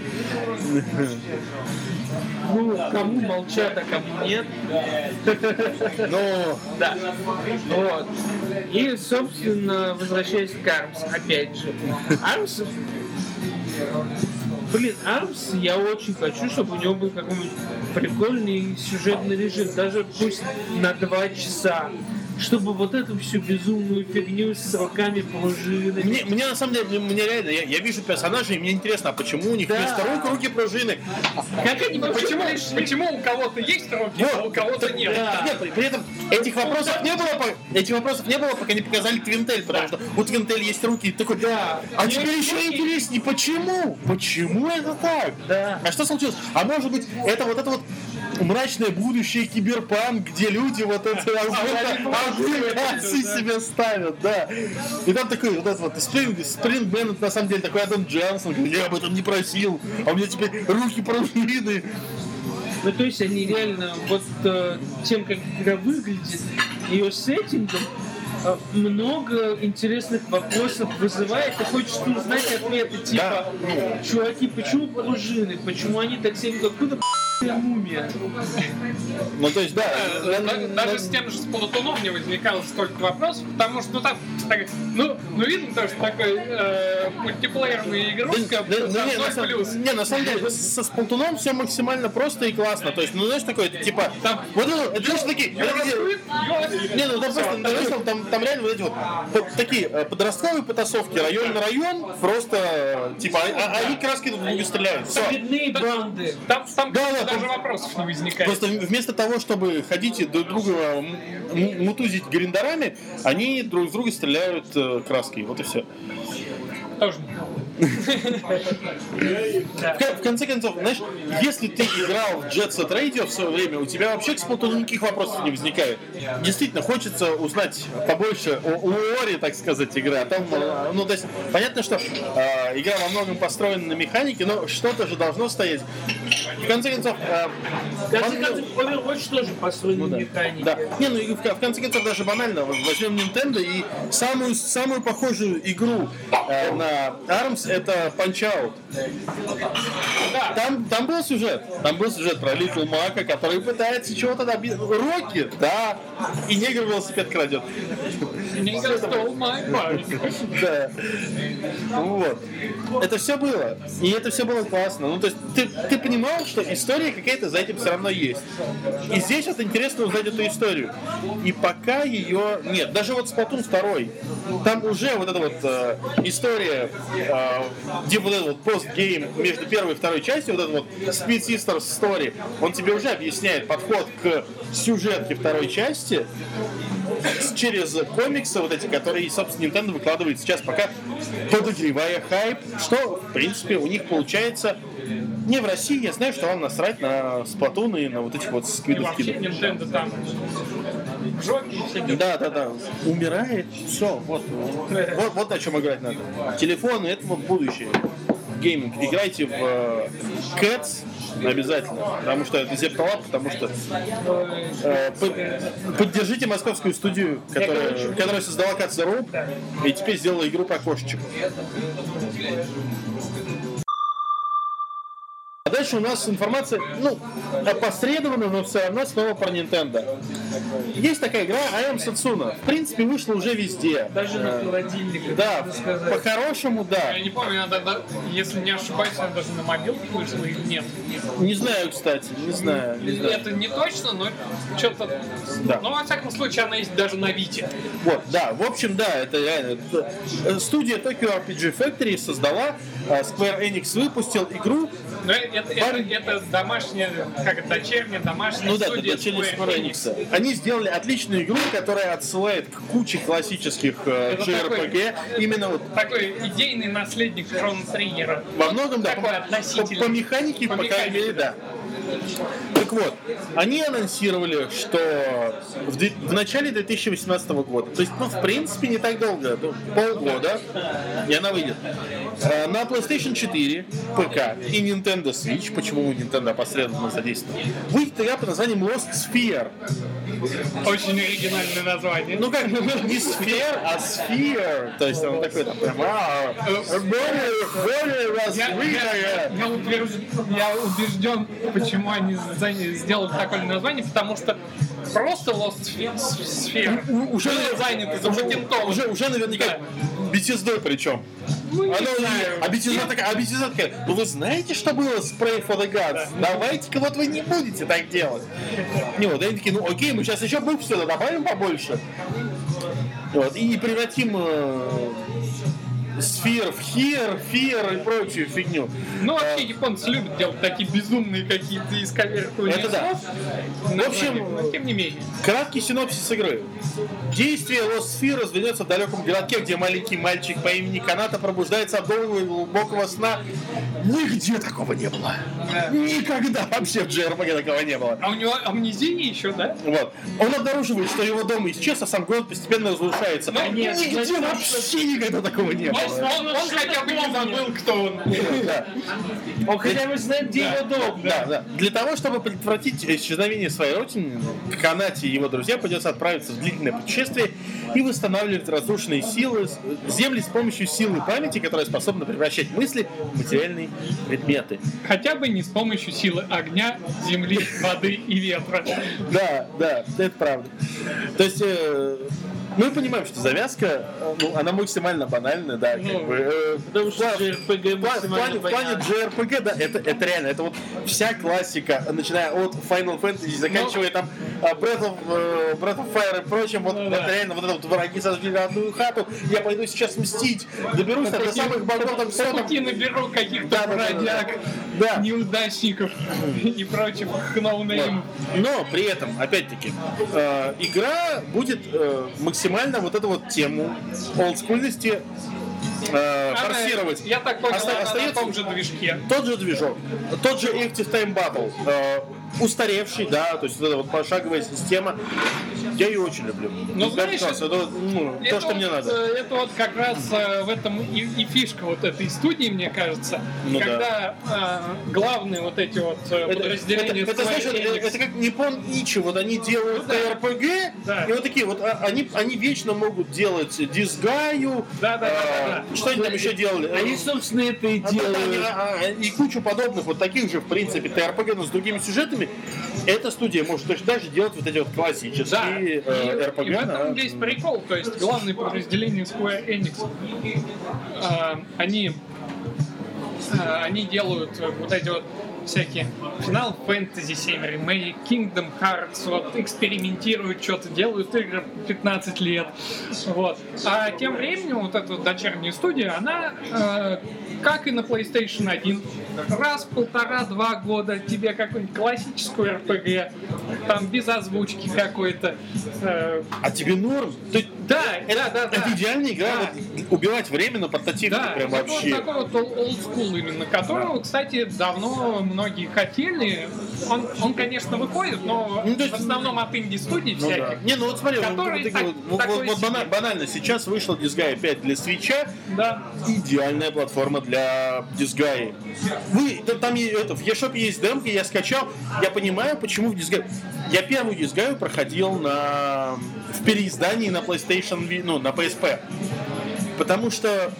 Ну, кому молчат, а кому нет. Ну, Да. Вот. И, собственно, возвращаясь к Армс, опять же. Армс... Блин, Армс, я очень хочу, чтобы у него был какой-нибудь прикольный сюжетный режим, даже пусть на два часа. Чтобы вот эту всю безумную фигню с руками пружины. мне, мне на самом деле, мне, мне реально, я, я вижу персонажей, и мне интересно, а почему у них Да. вместо рук руки пружины? Как они вообще Почему, пришли? почему у кого-то есть руки, а у кого-то нет? Да. Нет, при, при этом этих вопросов не было, по- этих вопросов не было, пока не показали Твинтель, потому что у Твинтель есть руки, и ты такой, Да. а Есть теперь еще руки. интереснее, почему? Почему это так? Да. А что случилось? А может быть, это вот это вот мрачное будущее киберпанк, где люди вот эти аппликации себе ставят, да. И там такой вот этот вот Спринг, Спринг Беннет, на самом деле такой Адам Джонсон, говорит: я об этом не просил, а у меня теперь руки пружины. Ну, то есть они реально вот э, тем, как игра выглядит, ее сеттингом, э, много интересных вопросов вызывает, и хочется узнать ответы, типа, чуваки, почему пружины, почему они так сильно, откуда мумия? Ну, то есть, да. Да, да, Даже с тем же Сплатуном не возникало столько вопросов, потому что ну там, так, ну, ну видно то, что такой э, мультиплеерная игрушка Да, да, за не, на ноль самом- плюс. не, на самом деле, со Сплатуном все максимально просто и классно. То есть, ну, знаешь, такое, типа, там, вот это, это знаешь, такие, это такие- не, ну, там просто, ну, знаешь, там, там, там реально вот эти вот, вот такие э, подростковые потасовки, район на район, просто, э, типа, а, а они краски друг друга стреляют. Все. Бедные банды. Там, там Да, да, даже там- вопросов не возникает. Просто вместо того, чтобы ходить и друг друга м- м- мутузить гриндарами, они друг с друга стреляют э, краской. Вот и все. Тоже. В, в конце концов, знаешь, если ты играл в Jet Set Radio в свое время, у тебя вообще к Splatoon никаких вопросов не возникает. Действительно, хочется узнать побольше о лоре, так сказать, игры. А там, ну, то есть, понятно, что э, игра во многом построена на механике, но что-то же должно стоять. В конце концов, э, В конце концов, Overwatch тоже построен ну, на да. механике. Да. Не, ну и в, в конце концов даже банально. Вот возьмем Nintendo и самую, самую похожую игру э, на Arms это Punch-Out. Да. Там, там был сюжет. Там был сюжет про Литл Мака, который пытается чего-то добиться. Рокки, да. И негр велосипед крадет. Nigger stole my bike. Да. Ну вот. Это все было. И это все было классно. Ну, то есть ты, ты понимал, что история какая-то за этим все равно есть. И здесь вот интересно узнать эту историю. И пока ее нет. Даже вот Splatoon два, там уже вот эта вот э, история, э, где вот этот вот постгейм между первой и второй частью, вот этот вот Speed Sisters Story, он тебе уже объясняет подход к сюжетке второй части через комиксы вот эти, которые, собственно, Nintendo выкладывает сейчас, пока подогревая хайп, что, в принципе, у них получается не в России. Я знаю, что вам насрать на Splatoon и на вот этих вот И скидов. вообще Nintendo там в жопе и все дела. Да, да, да. Умирает. Все, вот, вот, вот о чем играть надо. Телефоны — это вот будущее. Гейминг. Играйте в э, Cats обязательно, потому что это Зепталаб, потому что э, под, поддержите московскую студию, которая, которая создала Cats the Rope и теперь сделала игру про кошечек. А дальше у нас информация, ну, опосредованно, но все равно снова про Nintendo. Есть такая игра I Am Setsuna. В принципе, вышла уже везде. Даже на холодильнике, Да, можно сказать. по-хорошему, да. Я не помню, она, да, если не ошибаюсь, она даже на мобилке вышла или нет. Не знаю, кстати, не знаю. Не знаю. Это не точно, но что-то... Да. Ну, во всяком случае, она есть даже на Вите. Вот, да, в общем, да, это реально. Это, студия Tokyo ар пи джи Factory создала, Square Enix выпустил игру. Но это, это, это домашняя, как это, дочерняя, домашняя Ну да, это студия дочерняя Square Square Enix. Они сделали отличную игру, которая отсылает к куче классических э, Это джей ар пи джи. такой- Именно вот Такой идейный наследник Хроно Триггера. во многом, да, Такой по, относительно. по механике, По по крайней мере, механике, да. Так вот, они анонсировали, что в, две- в начале две тысячи восемнадцатого года, то есть, ну, в принципе, не так долго, ну, полгода, и она выйдет. Э, На PlayStation четыре, ПК и Nintendo Switch, почему Nintendo опосредованно задействован, выйдет игра под названием Lost Sphere. Очень оригинальное название. Ну как, не Sphere, а Sphere. То есть он такой там прям, «Вау, более, более Я, я, развитая». я убежден, я убежден, почему они за- сделали такое название, потому что просто Lost Sphere У- Уже, было занято, запатентовано. уже, уже наверняка Bethesda причем. Ну, не Оно и- знаю. а Bethesda такая, а Bethesda такая, ну вы знаете, что было с Pray for the Gods? Давайте-ка вот вы не будете так делать. Не, вот они такие, ну окей, мы сейчас еще букв сюда добавим побольше. Вот, и превратим э, сфер в хер, фер и прочую фигню. Ну, вообще, японцы любят делать такие безумные какие-то исковеркивания Это да. слов. В общем, Но, тем не менее. Краткий синопсис игры. Действие Lost Sphere развернется в далеком городке, где маленький мальчик по имени Каната пробуждается от долгого и глубокого сна. Нигде такого не было. Никогда вообще в джей ар пи джи такого не было. А у него амнезия еще, да? Вот. Он обнаруживает, что его дом исчез, а сам город постепенно разрушается. Ну, нет, Нигде значит, вообще никогда такого не было. Он, он хотя бы не забыл, кто он. Да. Он хотя бы знает, где его дом. Да, да. Для того, чтобы предотвратить исчезновение своей родины, Канате и его друзья придется отправиться в длительное путешествие и восстанавливать разрушенные силы, земли с помощью силы памяти, которая способна превращать мысли в материальные предметы. Хотя бы не с помощью силы огня, земли, воды и ветра. Да, да, это правда. То есть э, мы понимаем, что завязка, э, ну, она максимально банальная, да, как Ну, бы. э, Потому что джей ар пи джи В плане, в плане, в плане джей ар пи джи, да, это, это реально, это вот вся классика, начиная от Final Fantasy, заканчивая там э, Breath of, э, Breath of Fire и прочим, вот, Ну, вот да. реально, вот это вот враги сожгли родную хату, я пойду сейчас мстить, доберусь там до самых богов, там все По там. пути наберу каких-то Да, да, да, да. бродяг, Да. неудачников и прочих ноунеймов. Но при этом, опять-таки, э, игра будет э, максимально вот эту вот тему олдскульности э, Она, форсировать. я так понял, Оста- она остается на том же движке. тот же движок, тот же Active Time Battle, э, устаревший, да, то есть вот эта вот пошаговая система. Я ее очень люблю. Ну, Это знаешь, классно, это, ну, Это то, что вот, мне надо. э, Это вот как раз э, в этом и, и фишка вот этой студии, мне кажется, Ну когда э, главные вот эти вот э, Это, подразделения это, это, знаешь, Square это, Enix, это как Nippon Ichi, вот они делают Ну да. эр пи джи, Да. и вот такие вот, а, они, они вечно могут делать дисгаю, Да, да, да, да, да. что они там еще делали? Они, собственно, это и А, да, да, они, делают. а, а, и кучу подобных вот таких же, в принципе, ти ар пи джи, но с другими сюжетами. Эта студия может точно так же делать вот эти вот классические Да, э, и, эр пи джи. и в этом да. есть прикол, то есть главное подразделение Square Enix, э, они, э, они делают э, вот эти вот всякие Final Fantasy семь ремейк, Kingdom Hearts, вот, экспериментируют, что-то делают игры пятнадцать лет, вот. А тем временем вот эта вот дочерняя студия, она, э, как и на PlayStation один, раз в полтора-два года тебе какую-нибудь классическую эр пи джи, там без озвучки какой-то. э, А тебе норм? Ты- Да, это, да, да, это да. идеальная игра, Да. вот, убивать время на портативе Да, прям это вообще. вот такой вот олдскул именно, которого, кстати, давно многие хотели. Он, он конечно, выходит, но Ну, то есть- в основном от инди-студий Ну, да. всяких. Не, ну вот смотри, вот, Которые вот, так- вот, вот, такой вот бана- себе. банально, сейчас вышел Disgaea пять для Switch'а, Да. идеальная платформа для Disgaea. Вы, да, там е- это, в eShop есть демка, я скачал, я понимаю, почему в Disgaea. Я первую Disgaea проходил на, в переиздании на PlayStation, Ви- ну, на пи эс пи. Потому что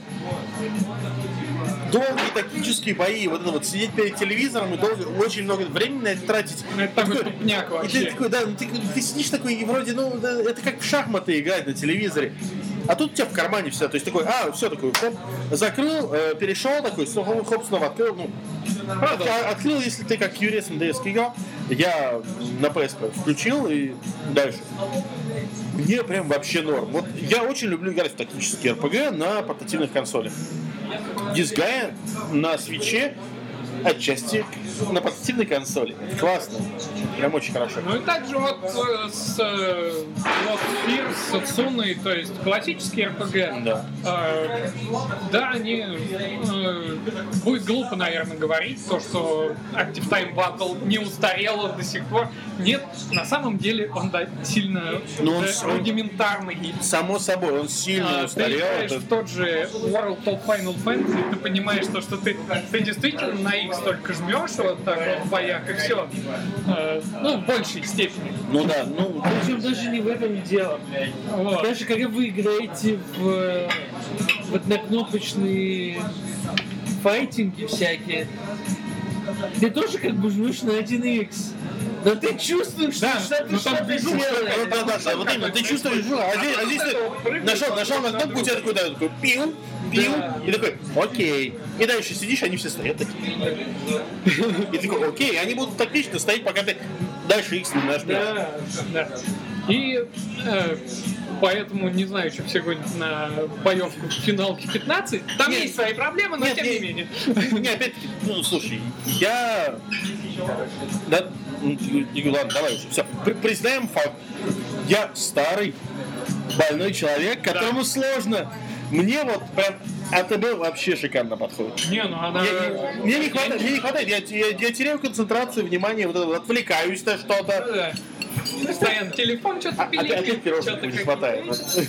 долгие тактические бои, вот это вот сидеть перед телевизором и долго, очень много времени на это тратить. Ну, это такой Такой- тупняк И ты вообще. такой, да, ну ты, ты сидишь такой, и вроде, ну, да, это как в шахматы играть на телевизоре. А тут у тебя в кармане все, то есть такой, а, все такой, хоп, закрыл, э, перешел такой, снова, хоп, снова открыл, ну, а- открыл, если ты как Юрец на ди эс играл, я на пи эс пи включил и дальше. Мне прям вообще норм. Вот я очень люблю играть в тактические эр пи джи на портативных консолях. Disgaea на свитче отчасти на портативной консоли. Классно. Прям очень хорошо. Ну и также вот э, с э, Lost Fear, с Цуной, то есть классические эр пи джи. Да. Э, да, они... э, будет глупо, наверное, говорить, то, что Active Time Battle не устарело до сих пор. Нет, на самом деле он да, сильно Но он уже с- рудиментарный. Само собой, он сильно А, ты устарел. играешь это- в тот же World of Final Fantasy, ты понимаешь, то, что ты, ты действительно на X только жмешь вот так вот в боях и все. Ну, в большей степени. Ну да, ну, Причем даже не в этом дело. Вот. Даже когда вы играете в, в однокнопочные файтинги всякие, ты тоже как бы жмешь на один икс. Но ты чувствуешь, что Да, что-то ну там что-то движуха делаешь. вот, да, да, да, вот именно, ты чувствуешь, жу, а здесь, а здесь ты нажал, нажал на кнопку, у тебя такой, да, такой пил, пил, и такой, окей. И дальше сидишь, они все стоят такие. И ты такой, окей, они будут тактично стоять, пока ты дальше X не нажмешь. Да, да. И э, поэтому не знаю, что все гонят на боевку в финалке пятнадцать. Там Нет. есть свои проблемы, но Нет, тем нет. не менее. Не, опять-таки, ну, слушай, я... Да, ну, не, ладно, давай уже, все. Признаем факт. Я старый, больной человек, которому сложно. Мне вот прям АТБ вообще шикарно подходит. Не, ну она... Я- мне не хватает, мне не хватает, я, я, я теряю концентрацию, внимание, вот это вот, отвлекаюсь на что-то. Да. Постоянно телефон что-то А- Опять, пилит. опять пирожных не хватает.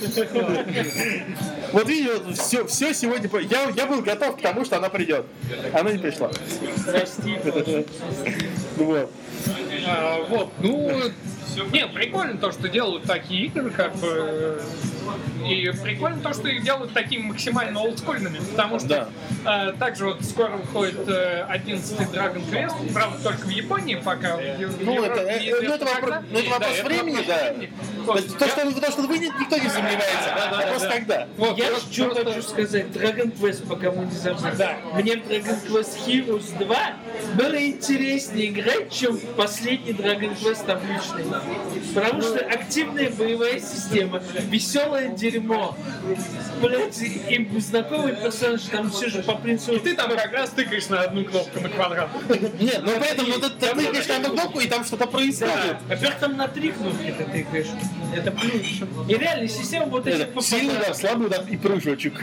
Вот видите, вот все, все сегодня... по- Я, я был готов к тому, что она придет. Она не пришла. Прости. Вот. А, вот, ну, нет, прикольно то, что делают такие игры, как бы, и прикольно то, что их делают такими максимально олдскульными, потому что э, также вот скоро выходит э, одиннадцатый Dragon Quest, правда, только в Японии пока. в Ев- в Ну, Европе это, э, неизвестно ну, это вопрос, когда. ну, это И, вопрос это времени, вопрос да. времени. То, Вот, то, я- что, то, что вы нет, никто не сомневается. Да, да, Вопрос да. когда. Вот, Я вот, что просто- хочу сказать, Dragon Quest, пока мы не забыли. Да. Мне в Dragon Quest Heroes два было интереснее играть, чем в последний Dragon Quest обычный. Потому что активная боевая система, веселое дерьмо. Блять, им знакомый персонаж, там все же по принципу... И ты там как раз тыкаешь на одну кнопку на квадрат. Нет, но поэтому ну, ты, ты тыкаешь на одну кнопку, и там что-то происходит. Да. Во-первых, там на три кнопки ты тыкаешь. Это плюс. И реально система вот этих Это сильный удар, слабый удар и прыжочек.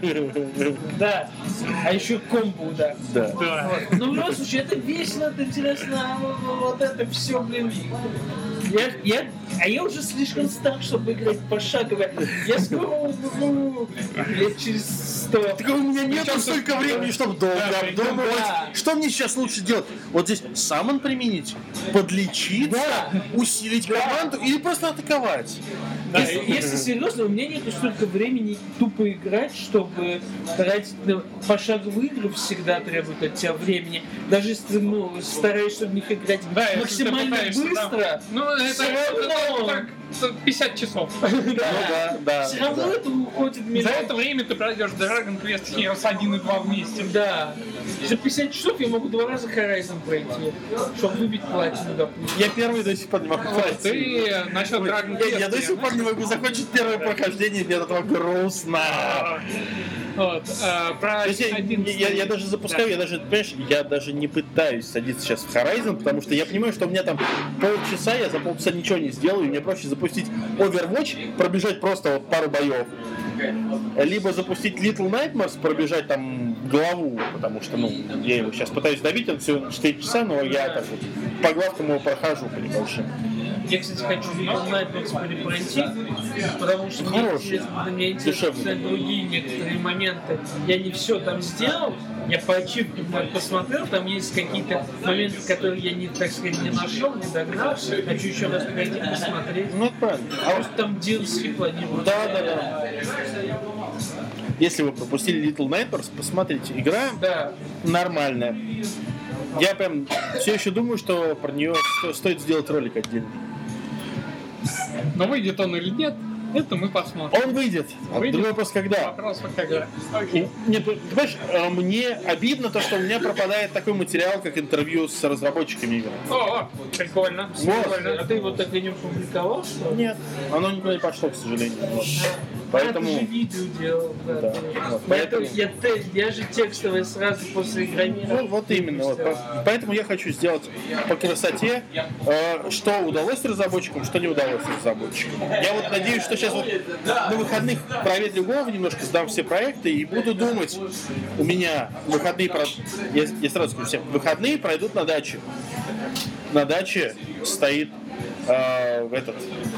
Да. А еще комбо удар. Да. Вот. Но в любом случае, это весело, это интересно, а вот это все, блин. Я, я, а я уже слишком стар, чтобы играть пошагово. Я скоро умру лет через сто. Так у меня нет столько времени, чтобы долго Да, обдумывать. да. Что мне сейчас лучше делать? Вот здесь саммон применить, подлечиться, Да. усилить команду или просто атаковать? Да, если серьезно, у меня нет столько времени тупо играть, чтобы тратить на пошаговые игры всегда требует от тебя времени. Даже если ты ну, стараешься в них играть Да, если ты максимально пытаешься, быстро, да. Ну, это, всё это, равно. это так, пятьдесят часов. Ну да, да. все равно да. это уходит За миллион. это время ты пройдешь Dragon Quest Heroes один и два вместе. Да. За пятьдесят часов я могу два раза Horizon пройти, чтобы выбить платину, допустим. Я первый до сих пор не могу Вот, пройти. ты насчет Dragon Я, Quest. я до сих пор не могу закончить первое прохождение, мне от этого грустно. Вот, а, про То есть я, одиннадцатый. я- я даже запускаю, я даже, понимаешь, я даже не пытаюсь садиться сейчас в Horizon, потому что я понимаю, что у меня там полчаса, я за полчаса ничего не сделаю, и мне проще запустить Overwatch, пробежать просто вот пару боев, либо запустить Little Nightmares, пробежать там главу, потому что, ну, я его сейчас пытаюсь добить, он всего четыре часа, но я так вот по главкам его прохожу по небольшим. Я, кстати, хочу Little Nightmares пройти, потому что мне Хороший. интересно, мне интересно Душевный. кстати, другие некоторые моменты. Я не все там сделал, я по ачивкам посмотрел, там есть какие-то моменты, которые я не, так сказать, не нашел, не догнал. Хочу еще раз пройти, посмотреть. Ну, это правильно. А вот Просто там ди эл си планирую. Да, да, да. Если вы пропустили Little Nightmares, посмотрите, игра Да. нормальная. Я прям все еще думаю, что про нее сто- стоит сделать ролик отдельный. Но выйдет он или нет, это мы посмотрим. Он выйдет. А Выйдет. другой вопрос, когда? Вопрос вот когда. И, нет, ты понимаешь, э, мне обидно то, что у меня пропадает такой материал, как интервью с разработчиками игр. О, о, прикольно. Вот. Прикольно. А ты его так и не опубликовал, что ли? Нет, оно никуда не пошло, к сожалению. Вот. А, Поэтому... ты же видео делал. Да. Да, вот, Поэтому поэтому- я, те- я же текстовый сразу после игромира. Ну, вот именно. Вот. По- Поэтому я хочу сделать по красоте, э, что удалось разработчикам, что не удалось разработчикам. Я вот надеюсь, что сейчас вот на выходных проветрю голову немножко, сдам все проекты и буду думать. У меня выходные, про- я, я сразу скажу всем, выходные пройдут на даче. На даче стоит э, этот...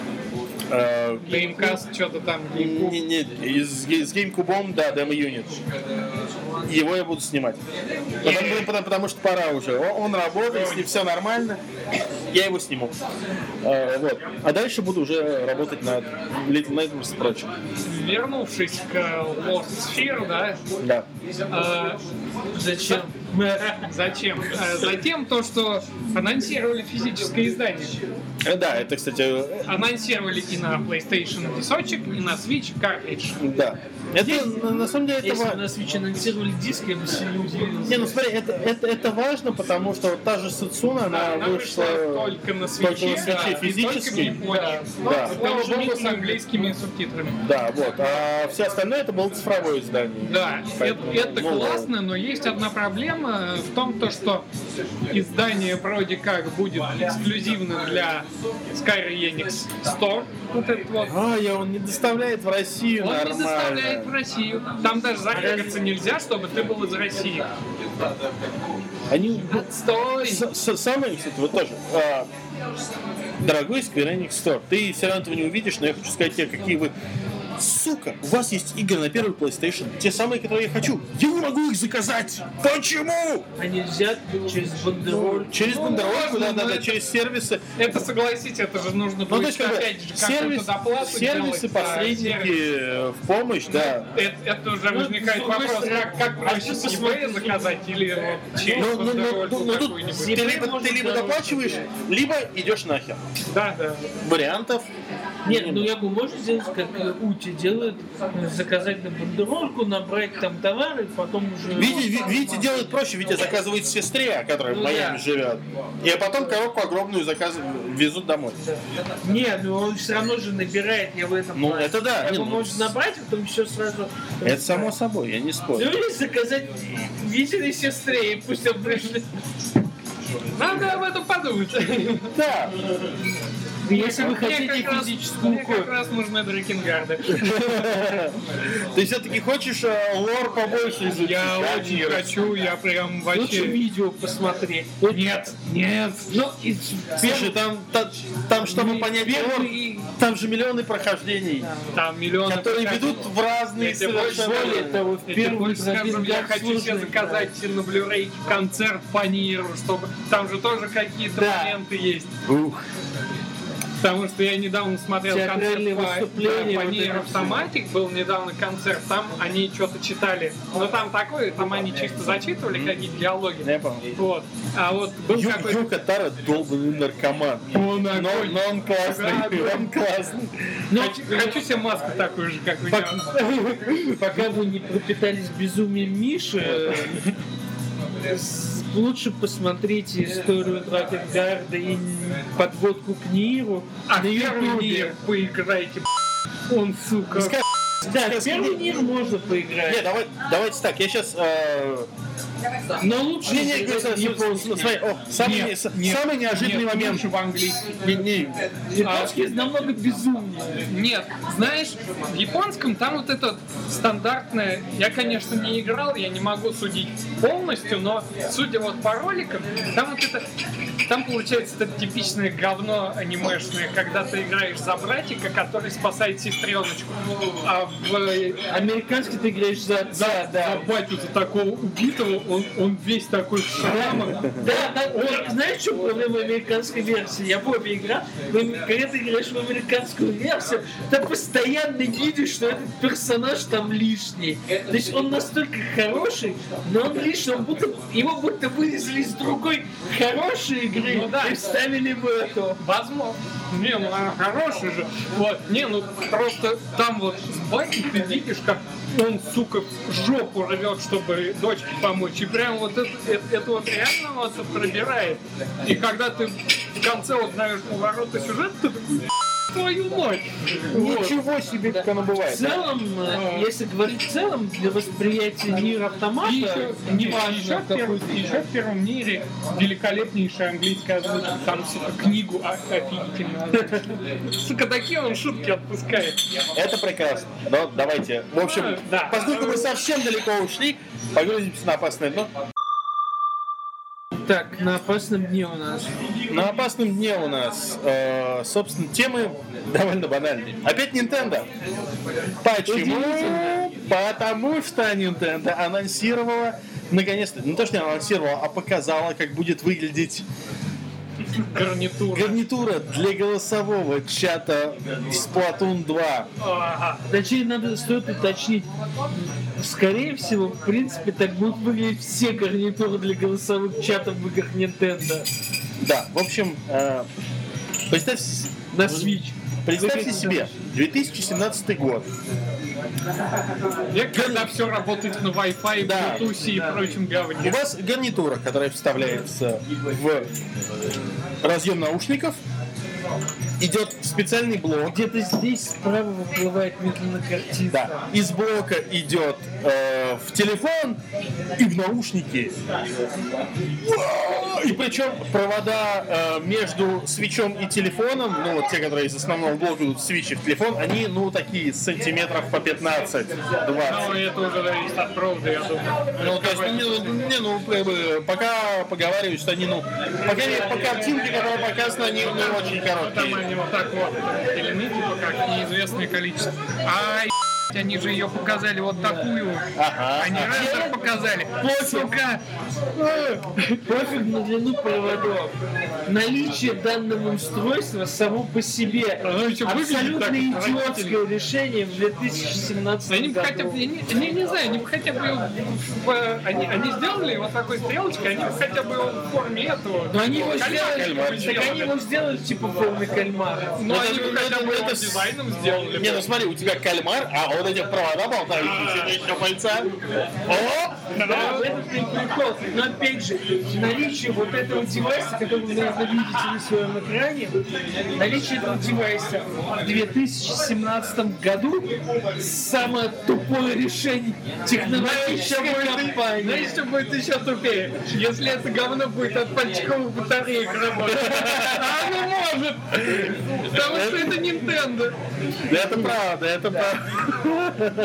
э, Dreamcast, что-то там. не, не, из, с GameCube, да, демо-юнит. Его я буду снимать. Потому, потому- потому что пора уже. Он, он работает, с ним все нормально. Я его сниму. А, вот. А дальше буду уже работать над Little Nightmares и прочим. Вернувшись к Lost Sphere, да, Да. э, Зачем? зачем? Э, Затем то, что анонсировали физическое издание. Э, Да, это, кстати, э, Анонсировали и на PlayStation дисочек, и на Switch картридж. да. Это, на, на самом деле, это Если бы ва- на Switch анонсировали диск, я бы сильно удивился. Не, ну смотри, это, это, это важно, потому что вот та же Сацуна, она, Она вышла вышла только на только Switch, на да, Switch и только в физически. Японии. Да. К тому же с английскими субтитрами. Да, вот. А все остальное это было цифровое издание. Да, Поэтому, это, это ну, классно, но есть одна проблема в том, то, что издание вроде как будет эксклюзивным для Square Enix Store. Вот этот вот. А, я он не доставляет в Россию Он нормально. не доставляет в Россию. Там даже зарегаться нельзя, чтобы ты был из России. Они... Отстой! С- с- Самое, кстати, вот тоже. а, Дорогой Square Enix Store, ты все равно этого не увидишь, но я хочу сказать тебе, какие вы... Сука, у вас есть игры на первый PlayStation, те самые, которые я хочу. Я не могу их заказать. Почему? А нельзя через бандероль. Через Ну, бандерольку, можно, да, да, но да, это- через сервисы. Это, согласитесь, это же нужно Ну, то будет есть, как бы, опять же сервис, какую-то доплату сервисы, делать, да, посредники сервис. э, в помощь, да. Это, это уже возникает с другой вопрос, стороны, как, как а проще ты с посмотри, eBay заказать или вот через Ну, ну, ну, бандерольку ну, ну, тут какую-нибудь. ты либо, ты либо доплачиваешь, либо идешь нахер. Да, да. Вариантов Нет, ну я бы можно сделать, как э, Ути делает, э, заказать на бандерольку, набрать там товары, потом уже... Витя, Ви- Витя делает проще, Витя заказывает сестре, которая Ну в Майами да. живет. И потом коробку огромную заказывают, везут домой. Нет, ну он все равно же набирает, я в этом Ну, плане. это да, Его не, ну, можно набрать, а потом еще сразу... Это само собой, я не спорю. Ну или заказать Витиной сестре, и пусть он пришлет. Надо об этом подумать. Да. Если вы Мне хотите как раз- физическую Мне как кровь. раз нужны дракенгарды. Ты все-таки хочешь э, лор побольше изучить? Я да, очень Нир? хочу, я прям Лучше вообще... видео посмотреть. Вот, Нет, нет. ну, и Слушай, там, та- там, чтобы понять лор, первый, там же миллионы прохождений, Там миллионы... которые прохождений. ведут в разные Я тебе больше совершенно... более того, в Я тебе первый больше скажу, я Драгенгард хочу себе сложно заказать на Blu-ray концерт по Ниру, чтобы там же тоже какие-то Да. моменты есть. Ух. Потому что я недавно смотрел Театральные концерт по, выступления, да, по вот Nier это всё. Automatic, был недавно концерт, там они что-то читали. Но там такое, там они чисто зачитывали какие-то диалоги. Я понял. Вот. А вот был Ю- какой-то... Юка Таро долбанный наркоман. Он Но, огонь. но он классный, Да, он классный. Хочу, хочу себе маску такую же, как у него. Пока вы не пропитались безумием Миши, э, с- лучше посмотрите историю Драгенгарда и подводку к Ниру А на первый Ютубе. Нир поиграйте, он, сука. Ска- Да, ска- в первый Нир можно поиграть. Не, давай, давайте так, я сейчас... Но лучше Не, не, не, играть в смотри, японский. смотри, о, самый, Нет, не- с- нет, самый неожиданный нет, момент. лучше в английском. Не, не, Японский намного безумнее. Нет, знаешь, в японском там вот это стандартное, я, конечно, не играл, я не могу судить полностью, но судя вот по роликам, там вот это, там получается это типичное говно анимешное, когда ты играешь за братика, который спасает сестреночку, а в э, Американский ты играешь за отца, за, да. за батю-то такого убитого, он, он весь такой в шрамах. Да, да, он, знаешь, в чем проблема американской версии? Я в обе играл. но Когда ты играешь в американскую версию, ты постоянно видишь, что этот персонаж там лишний. То есть он настолько хороший, но он лишний, он будто, его будто вылезли из другой хорошей игры Ну да. и вставили в эту. Возможно. Не, ну она хорошая же. Вот, не, ну просто там вот с батей ты видишь, как он, сука, жопу рвет, чтобы дочке помочь. И прям вот это, это, это вот реально вот пробирает. И когда ты в конце узнаешь повороты сюжета, ты такой, твою мать. Вот. ничего себе, как оно В бывает. да? целом, э, если говорить в целом, для восприятия мира автомата, И еще, не еще, важно, в первом, какой ты еще в первом мире великолепнейшая английская озвучка. Там, сука, книгу о- офигительно озвучили. Сука, такие он шутки отпускает. Это прекрасно. Но давайте. В общем, Да. поскольку мы совсем далеко ушли, погрузимся на опасное дно. Так, на опасном дне у нас. На опасном дне у нас, э, собственно, темы довольно банальные. Опять Nintendo. Почему? Потому что Nintendo анонсировала, наконец-то, не то что не анонсировала, а показала, как будет выглядеть Гарнитура. гарнитура для голосового чата в Splatoon два. Ага. Точнее, надо стоит уточнить. Скорее всего, в принципе, так будут выглядеть все гарнитуры для голосовых чатов в играх Nintendo. Да, в общем, э, представьте, с- На Switch. представьте себе, две тысячи семнадцатый год. Век, когда все работает на Wi-Fi, Да. Bluetooth и прочем У говне. вас гарнитура, которая вставляется в разъем наушников, идет в специальный блок. Где-то здесь справа выплывает медленно картинка. Да. Из блока идет э, в телефон и в наушники. И причем провода э, между свитчом и телефоном, ну вот те, которые из основного блока идут в свитч и в телефон, они, ну, такие сантиметров по пятнадцать-двадцать. Ну, это уже зависит от провода, я думаю. Ну, то есть, ну, не, ну, не, ну, как бы, пока поговаривают, что они, ну, по крайней мере, по картинке, которая показана, они не очень Там короткие. они вот так вот пелены, типа как неизвестное количество. А они же ее показали вот такую. Ага. Они рендер показали. Сука! Пофиг на длину проводов. Наличие данного устройства само по себе Оно еще выглядит абсолютно так идиотское отвратительно. решение в две тысячи семнадцатом Они бы хотя году. бы, я не, не, не знаю, они бы хотя бы, в- они, они сделали вот такой стрелочкой, они бы хотя бы в форме этого. Но они его Кальмара сделали, бы так они сделали. его сделали типа в форме кальмара. Но Это они же- бы хотя это- бы это его с- дизайном сделали. Не, ну смотри, у тебя кальмар, а вот эти провода болтаются, тебе еще пальца. О! Да, в этом-то и прикол. Но опять же, наличие вот этого девайса, который вы, наверное, видите на своем экране, наличие этого девайса в две тысячи семнадцатом году самое тупое решение технологической компании. Знаешь, что будет еще тупее? Если это говно будет от пальчиковых батареек работать. А ну может. Потому что это Nintendo. Да это правда, это правда.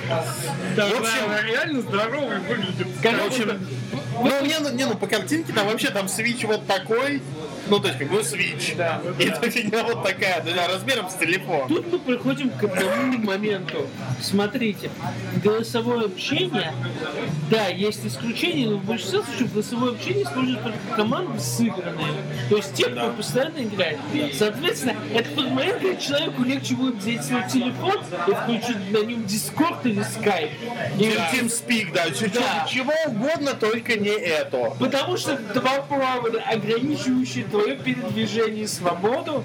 Да, В общем, да, реально здоровый выглядит. В общем, ну, не, ну, не, ну, по картинке там вообще там Switch вот такой. Ну, то есть, как бы Switch. Да. И эта фигня вот такая, да, размером с телефон. Тут мы приходим к одному моменту. Смотрите, голосовое общение, да, есть исключения, но в большинстве случаев голосовое общение используют только команды сыгранные. То есть те, кто постоянно играет. Соответственно, это тот момент, когда человеку легче будет взять свой телефон и включить на нем Discord или Skype. И TeamSpeak, да, чё- Да. чего угодно, только не это. Потому что два правила, ограничивающие твое передвижение и свободу.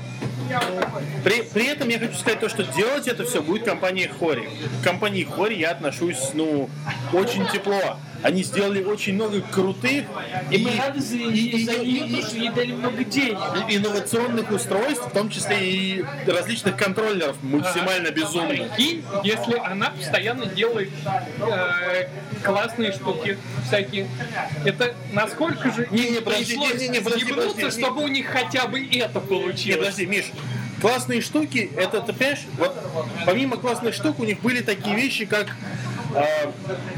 При, при этом я хочу сказать то, что делать это все будет компания Хори. К компании Хори я отношусь, ну, очень тепло. Они сделали очень много крутых И мы рады за, и, за нее, что ей дали много денег. инновационных устройств, в том числе и различных контроллеров максимально безумных. Прикинь, если она постоянно делает э, классные штуки всякие, это насколько же Не, не, подожди, пришлось не, не, не, подожди, съебнуться, подожди, чтобы у них хотя бы это Нет, получилось. подожди, Миш, классные штуки, это, ты понимаешь, вот помимо классных штук у них были такие вещи, как э,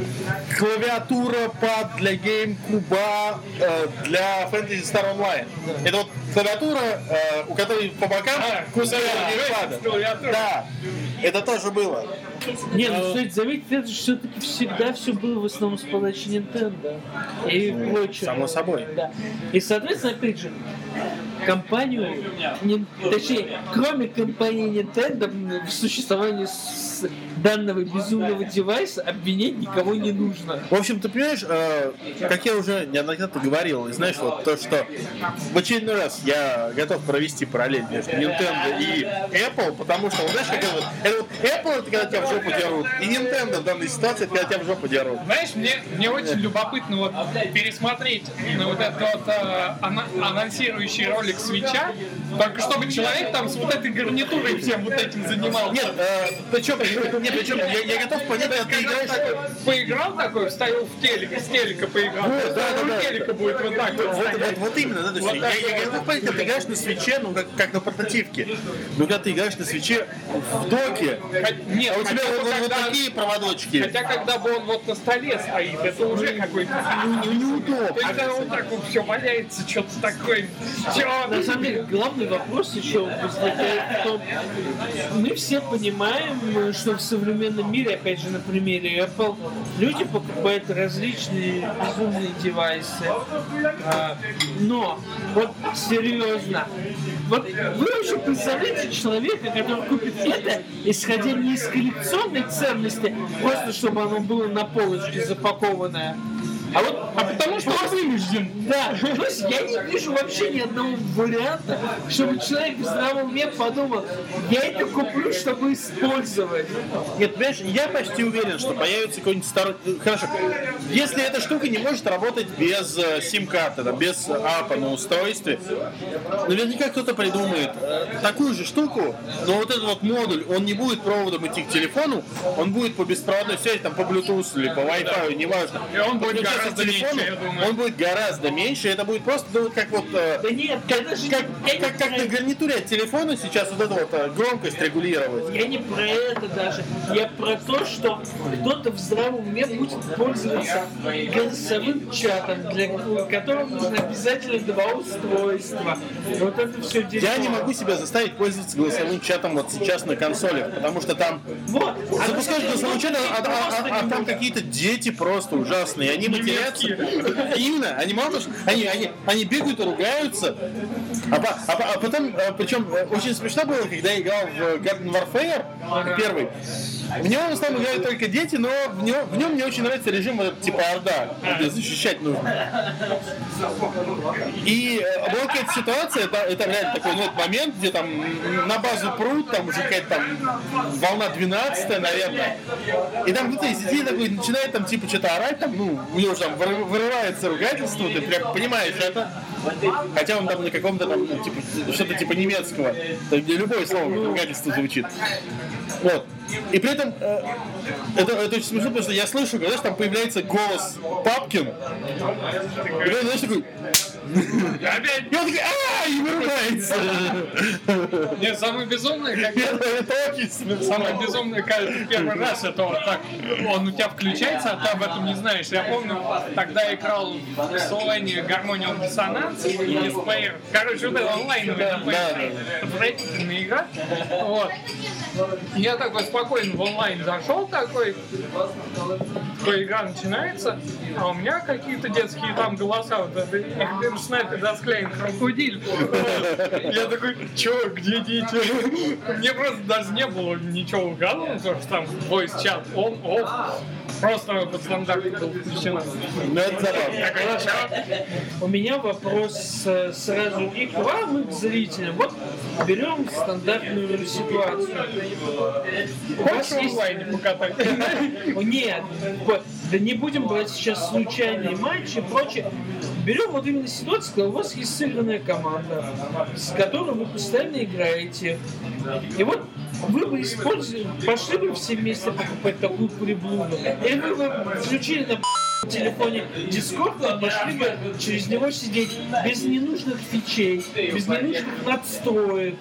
клавиатура пад для GameCube, э, для Fantasy Star Online. Это вот клавиатура, э, у которой по бокам А, куски да, геймпада. клавиатура. Да, это тоже было. Не, ну кстати, заметьте, это же все-таки всегда все было в основном с подачи Nintendo и прочее. Само собой. Да. И, соответственно, опять же, компанию, не- точнее, кроме компании Nintendo, в существовании с данного безумного девайса обвинять никого не нужно. В общем, ты понимаешь, э, как я уже неоднократно говорил, и знаешь, вот то, что в очередной раз я готов провести параллель между Nintendo и Apple, потому что, вот, знаешь, как это, вот, это вот Apple это когда тебя в жопу дерут, и Nintendo в данной ситуации это когда тебя в жопу дерут. Знаешь, мне, мне очень любопытно вот пересмотреть ну, вот этот вот э, ана- анонсирующий ролик Свитча, только чтобы человек там с вот этой гарнитурой всем вот этим занимался. Нет, э, причем, нет, причем я, я готов понять, когда ты играешь... Такой, поиграл такой, вставил в телек, с телека поиграл. Вот, да, да, у да. телека будет вот так вот. Вот, стоять. вот, вот именно, да, то есть Вот я, так я, я готов понять, когда ты играешь на свитче, ну как, как на портативке, но когда ты играешь на свитче в доке, Хот- Нет, а у тебя хотя вот, бы вот- вот когда- такие проводочки, Хотя когда бы он вот на столе стоит, это уже какой-то... ну, неудобно. Когда он так вот все валяется, что-то такое. Чё? На самом деле, главный вопрос еще возникает в том, мы все понимаем, что в современном мире, опять же, на примере Apple, люди покупают различные безумные девайсы. А, но, вот серьезно, вот вы вообще представляете человека, который купит это, исходя не из коллекционной ценности, просто чтобы оно было на полочке запакованное, а вот А потому что он вынужден. да, то есть я не вижу вообще ни одного варианта, чтобы человек в здравом уме подумал, я это куплю, чтобы использовать. Нет, понимаешь, я почти уверен, что появится какой-нибудь старый... Хорошо, если эта штука не может работать без э, сим-карты, там, без апа на устройстве, наверняка кто-то придумает э, такую же штуку, но вот этот вот модуль, он не будет проводом идти к телефону, он будет по беспроводной связи, там, по Bluetooth или по Wi-Fi, неважно. И он будет Подключаться гораздо к телефону, меньше, я думаю. он будет гораздо меньше, это будет просто, ну, вот как вот... э, Да нет, это же как, я, не как, как про на это. гарнитуре от телефона сейчас вот эту вот э, громкость регулировать. Я не про это даже. Я про то, что кто-то в здравом уме будет пользоваться голосовым чатом, для которого нужно обязательно два устройства. Вот это все дерьмо. Я не могу себя заставить пользоваться голосовым чатом вот сейчас на консолях, потому что там Вот. А запускаешь на самом голосовой чат, деле а, а- а- просто а не там будет. какие-то дети просто ужасные, они матерятся. Именно, они мало того, что они, они, они бегают и ругаются. А, по- а по- а потом, э, причем э, очень смешно было, когда я играл в Garden Warfare первый. В него в основном играют только дети, но в нем, в нем мне очень нравится режим вот этот, типа Орда, где защищать нужно. И э, была какая-то ситуация, это, это реально такой ну, вот момент, где там на базу прут, там уже какая-то там волна двенадцатая, наверное. И там кто-то из детей такой начинает там типа что-то орать, там, ну, у него уже там выры- вырывается ругательство, ты прям понимаешь это. Хотя он там на каком-то там, ну, типа, что-то типа немецкого, там, где любое слово как ругательство звучит. Вот. И при этом э, это, это очень смешно, потому что я слышу, когда там появляется голос Папкин, и он, знаешь, такой... Опять! И он такой, ааа, и вырубается. Нет, самое безумное, как Это очень смешно. самое безумное, когда ты первый раз это вот так, он у тебя включается, а ты об этом не знаешь. Я помню, тогда я играл в Слоне Гармониум Диссонанс и Despair. Короче, вот это онлайновый Despair. Отвратительная игра. Вот. Я такой спокойно в онлайн зашел, такой, такой игра начинается, а у меня какие-то детские там голоса, вот это их снайпер досклеен, крокодиль. Я такой, чё, где дети? Мне просто даже не было ничего угадано, потому что там voice chat on, off, просто под стандарт был включено. Ну, это забавно. Я такой, чё? У меня вопрос э, сразу и к вам, и к зрителям. Вот берем стандартную ситуацию. У вас Хочешь в есть... онлайне покатать? Нет, вот, да не будем брать сейчас случайные матчи и прочее. Берем вот именно ситуацию, когда у вас есть сыгранная команда, с которой вы постоянно играете. И вот вы бы использовали, пошли бы все вместе покупать такую приблуду. И вы бы включили на в телефоне Discord, и пошли бы через него сидеть без ненужных фичей, без ненужных надстроек.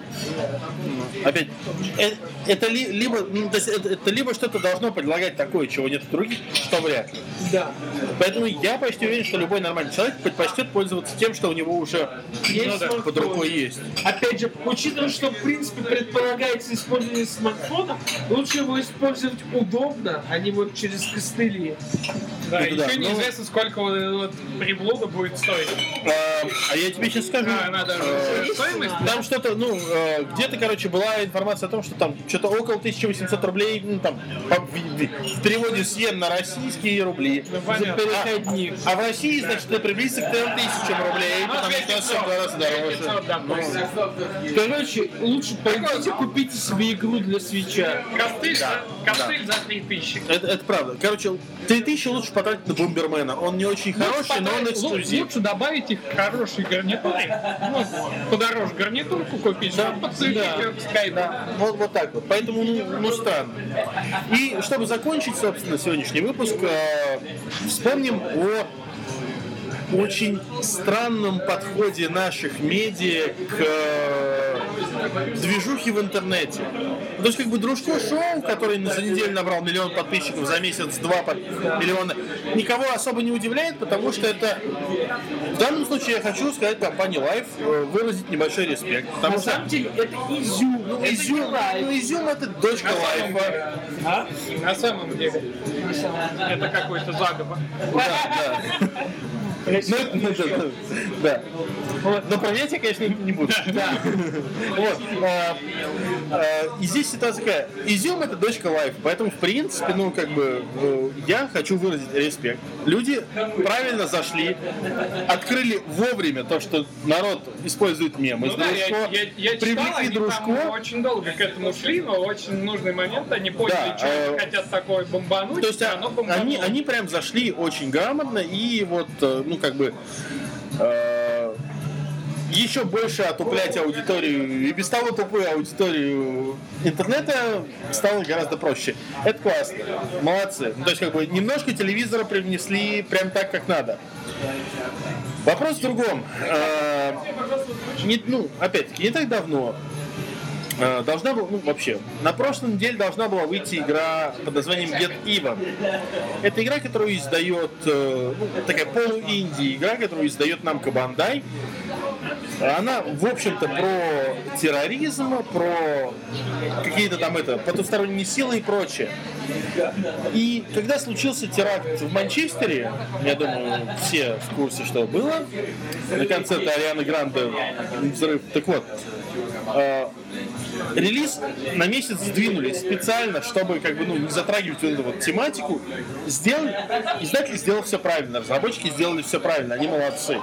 Опять, это, это ли, либо, ну, то есть это, это либо что-то должно предлагать такое, чего нет в других, что вряд ли. Да. Поэтому я почти уверен, что любой нормальный человек предпочтет пользоваться тем, что у него уже Есть ну, да, под рукой есть. Опять же, учитывая, что в принципе предполагается использование смартфона, лучше его использовать удобно, а не вот через костыли. Да, Это да, еще ну- неизвестно, сколько вот эта вот приблуда будет стоить. А, а я тебе сейчас скажу. А, надо э, стоимость? Там что-то, ну, э, где-то, короче, была информация о том, что там что-то около тысяча восемьсот рублей, ну, там, по- в, в- в переводе с йен на российские рубли. Ну, понятно. Переходник. А в России, значит, это приблизится к трем тысячам рублей, Ну, потому что все в два раза дороже. пятьсот, допустим. Короче, лучше пойдите купите себе игру для свеча. Костыль, Да, за- костыль за три тысячи. Это, это правда. Короче, три тысячи лучше потратить на Бомбермена. Он не очень хороший, но он эксклюзив. Лучше добавить их к хорошей гарнитуре. Ну, подороже гарнитурку купить, Да, чтобы подсоединить да. ее к скайпу. Вот, вот так вот. Поэтому, ну, ну, странно. И чтобы закончить, собственно, сегодняшний выпуск, э, вспомним о очень странном подходе наших медиа к э, движухе в интернете. То есть, как бы, Дружко шоу, который за неделю набрал миллион подписчиков, за месяц два под- миллиона, никого особо не удивляет, потому что это... В данном случае я хочу сказать компании Life э, выразить небольшой респект. Потому На что самом деле это изюм. ну, это не изюм, лайф. ну, изюм это дочка Лайфа. А? На самом деле, это какой-то заговор. Да, да. Ну, ну, да, да. Вот. Но проверять я, конечно, не буду. Да. Вот. а, а, И здесь ситуация такая. Изюм — это дочка Лайф, поэтому, в принципе, ну, как бы, э, я хочу выразить респект. Люди правильно зашли, открыли вовремя то, что народ использует мемы. Ну да, я, я, я читал, привлекли они там Дружко. очень долго к этому шли, но очень нужный момент, они поняли, Да, что э, они хотят такое бомбануть, То есть и а, оно бомбануло. они, они прям зашли очень грамотно и вот, э, ну, как бы, э, еще больше отуплять аудиторию, и без того тупую аудиторию интернета стало гораздо проще. Это классно. Молодцы. Ну, то есть, как бы, немножко телевизора привнесли прям так, как надо. Вопрос в другом. Э, не, ну, опять-таки, не так давно э, должна была, ну, вообще, на прошлой неделе должна была выйти игра под названием Get Even. Это игра, которую издает, э, ну, такая полу-инди игра, которую издает Namco Bandai. Она, в общем-то, про терроризм, про какие-то там это, потусторонние силы и прочее. И когда случился теракт в Манчестере, я думаю, все в курсе, что было, на концерте Арианы Гранде взрыв. Так вот, э, релиз на месяц сдвинули специально, чтобы как бы, ну, не затрагивать вот эту вот тематику. Сделали, издатель сделал все правильно, разработчики сделали все правильно, они молодцы.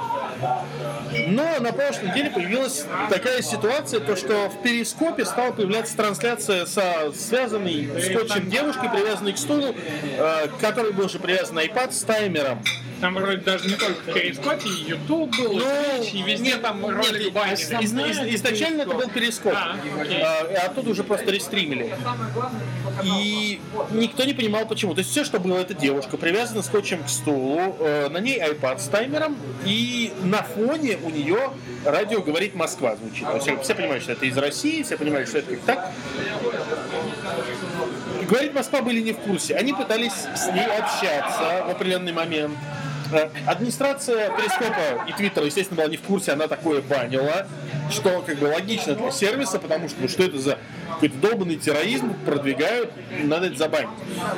Но на прошлой неделе появилась такая ситуация, то что в Перископе стала появляться трансляция со связанной скотчем девушкой, привязанной к стулу, э, к которой был же привязан iPad с таймером. Там вроде даже не только в Перископе, и YouTube был, и Twitch, и везде там ролик Нет, баннеры. из- из- изначально это был Перископ, А, окей. а, а оттуда уже просто рестримили. И никто не понимал, почему. То есть все, что было, это девушка, привязана скотчем к стулу, э, на ней iPad с таймером, и на фоне у нее радио «Говорит Москва» звучит. То есть все понимают, что это из России, все понимают, что это как так. И «Говорит Москва» были не в курсе. Они пытались с ней общаться в определенный момент. Администрация Перископа и Твиттера, естественно, была не в курсе, она такое банила, что как бы логично для сервиса, потому что ну, что это за какой-то долбанный терроризм продвигают, надо это забанить.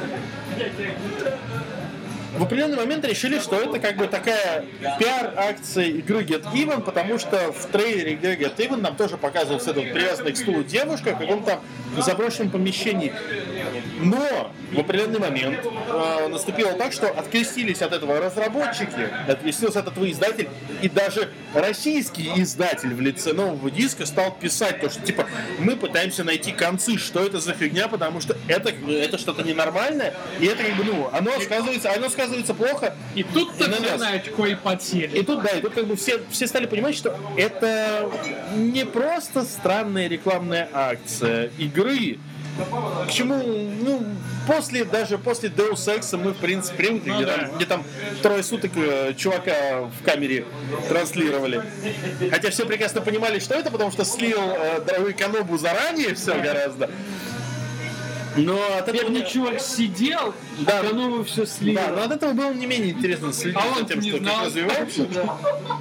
В определенный момент решили, что это как бы такая пиар-акция игры Get Even, потому что в трейлере игры Get Even нам тоже показывался эта привязанная к стулу девушка в каком-то заброшенном помещении. Но в определенный момент э, наступило так, что открестились от этого разработчики, открестился от этого издатель, и даже российский издатель в лице нового диска стал писать то, что типа мы пытаемся найти концы, что это за фигня, потому что это, это что-то ненормальное, и это как бы, ну, оно сказывается, оно сказывается плохо. И тут-то и все знают, кое подсели. И тут, да, и тут как бы все, все стали понимать, что это не просто странная рекламная акция игры. К чему, ну, после, даже после Deus Ex мы, в принципе, привыкли, ну, где, да. там, где там трое суток э, чувака в камере транслировали. Хотя все прекрасно понимали, что это, потому что слил э, дорогой Канобу заранее все гораздо. Но от этого не чувак сидел, да, а Канобу все слил. Да, но от этого было не менее интересно следить а за тем, что знал, как развивается. Да.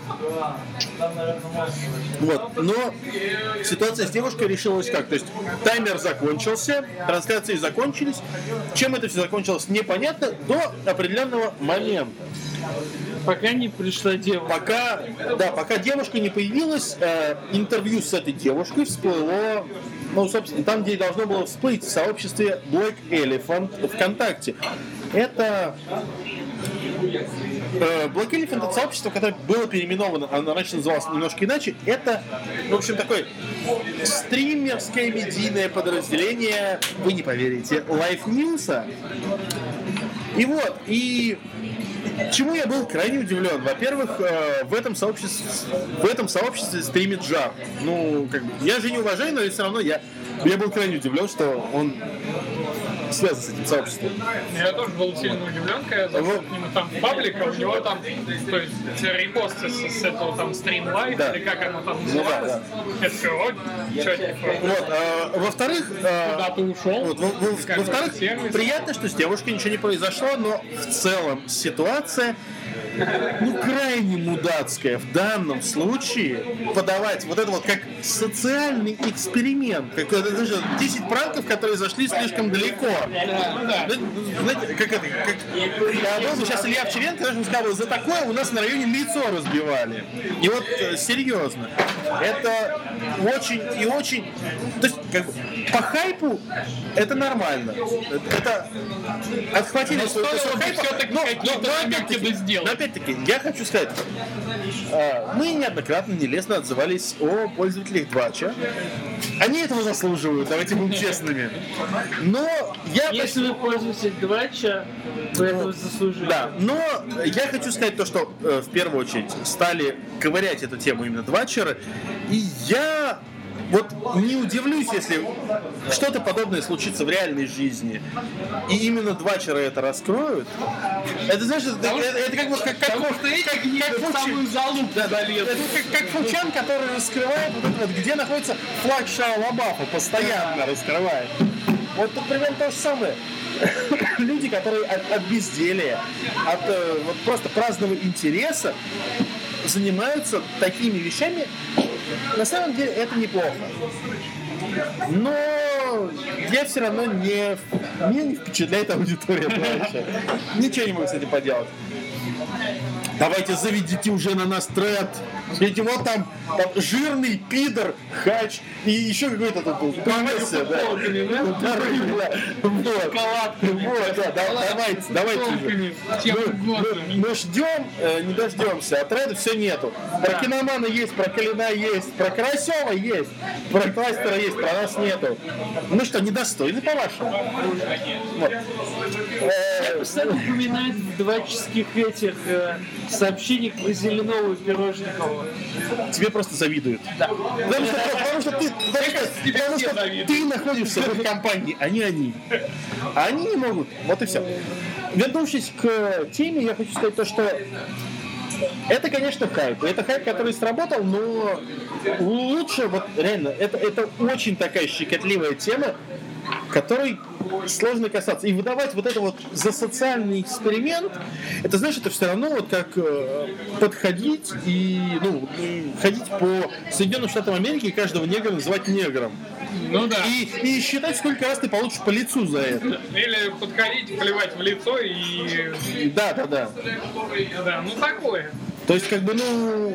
Вот, но ситуация с девушкой решилась как? То есть таймер закончился, трансляции закончились. Чем это все закончилось, непонятно до определенного момента. Пока не пришла девушка. Пока, да, пока девушка не появилась, э, интервью с этой девушкой всплыло, ну, собственно, там, где должно было всплыть, в сообществе Black Elephant ВКонтакте. Это э, Black Elephant — это сообщество, которое было переименовано, оно раньше называлось немножко иначе. Это, в общем, такое стримерское медийное подразделение, вы не поверите, Live News. И вот, и чему я был крайне удивлен. Во-первых, э, в этом сообществе, в этом сообществе стримит Жар. Ну, как бы, я же не уважаю, но все равно я, я был крайне удивлен, что он связан с этим сообществом. Я тоже был сильно удивлен, когда я зашел к нему там в паблик, а у него там, то есть, репосты с, с этого там Stream Live, да. Или как оно там называлось. Ну, да, да. Это вот, что это вот, а, во-вторых, а, куда ты ушел? Вот, во- во- во-вторых, приятно, что с девушкой ничего не произошло, но в целом ситуация, ну, крайне мудацкая в данном случае. Подавать вот это вот как социальный эксперимент, как это даже десять пранков, которые зашли слишком далеко. Да. Знаете, как это, как я был сейчас Илья Овчаренко, даже сказал, за такое у нас на районе лицо разбивали. И вот серьезно, это очень и очень, то есть как бы по хайпу это нормально. Это отхватили свой хайп, но, но, но, опять-таки, но опять-таки я хочу сказать, мы неоднократно нелестно отзывались о пользователях Двача. Они этого заслуживают, давайте будем честными. Но я... Если вы пользуетесь Двача, вы этого заслужили. Да, но я хочу сказать то, что э, в первую очередь стали ковырять эту тему именно Двачеры, и я вот не удивлюсь, если что-то подобное случится в реальной жизни, и именно Двачеры это раскроют. Это, знаешь, это, это, это как вот как, как, как, как, как самую залупу, да, да, это как, как Фучан, который раскрывает, вот, вот, где находится флаг Шайа Лабафа, постоянно раскрывает. Вот тут примерно то же самое. Люди, которые от, от безделия, от вот, просто праздного интереса занимаются такими вещами. На самом деле это неплохо. Но я все равно не... Меня не впечатляет аудитория Двача. Ничего не могу с этим поделать. Давайте заведите уже на нас тред. Видите, вот там, там жирный пидор, хач и еще какой-то тут появился, да. Вот, вот, да, давайте, давайте уже. Мы ждем, не дождемся, а треда все нету. Про Киномана есть, про Калина есть, про Карасева есть, про Кластера есть, про нас нету. Ну что, недостойны, по-вашему? Вот. Постоянно упоминает в дваческих этих э, сообщениях про Зеленого и Пирожникова. Тебе просто завидуют. Да. Потому что, потому что ты, потому что, потому что ты находишься в их компании, а не они. А они не могут. Вот и все. Вернувшись к теме, я хочу сказать то, что это, конечно, хайп. Это хайп, который сработал, но лучше, вот реально, это, это очень такая щекотливая тема, которой сложно касаться. И выдавать вот это вот за социальный эксперимент, это, знаешь, это все равно вот как э, подходить и, ну, ходить по Соединенным Штатам Америки и каждого негра называть негром. Ну да. И, и считать, сколько раз ты получишь по лицу за это. Или подходить, плевать в лицо и... Да, да, да. Да, ну такое. То есть, как бы, ну,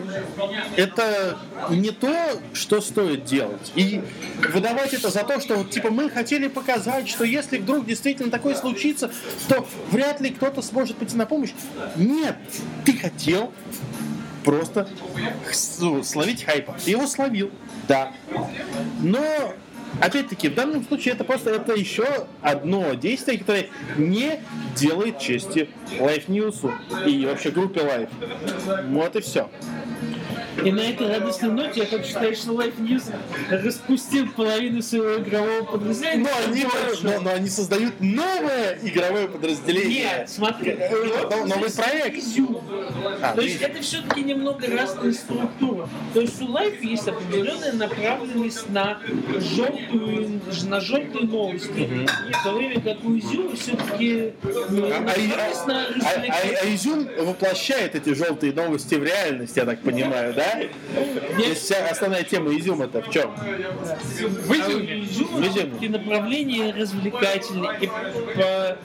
это не то, что стоит делать. И выдавать это за то, что, вот, типа, мы хотели показать, что если вдруг действительно такое случится, то вряд ли кто-то сможет пойти на помощь. Нет, ты хотел просто словить хайпа. Ты его словил, да. Но... Опять-таки, в данном случае это просто это еще одно действие, которое не делает чести Life News и вообще группе Life. Вот и все. И на этой радостной ноте я хочу сказать, что Life News распустил половину своего игрового подразделения. Но они, но, но они создают новое игровое подразделение. Нет, смотри. Но, новый проект. А, То есть это все-таки немного разная структура. То есть у Life есть определенная направленность на желтую, на желтые новости. Mm-hmm. В то время как у Изюма все-таки направленность на развлекательность. А Изюм воплощает эти желтые новости в реальность, я так понимаю, да? То есть вся основная тема Изюма-то в чем? В Изюме. Изюм все-таки направление развлекательное. И, по...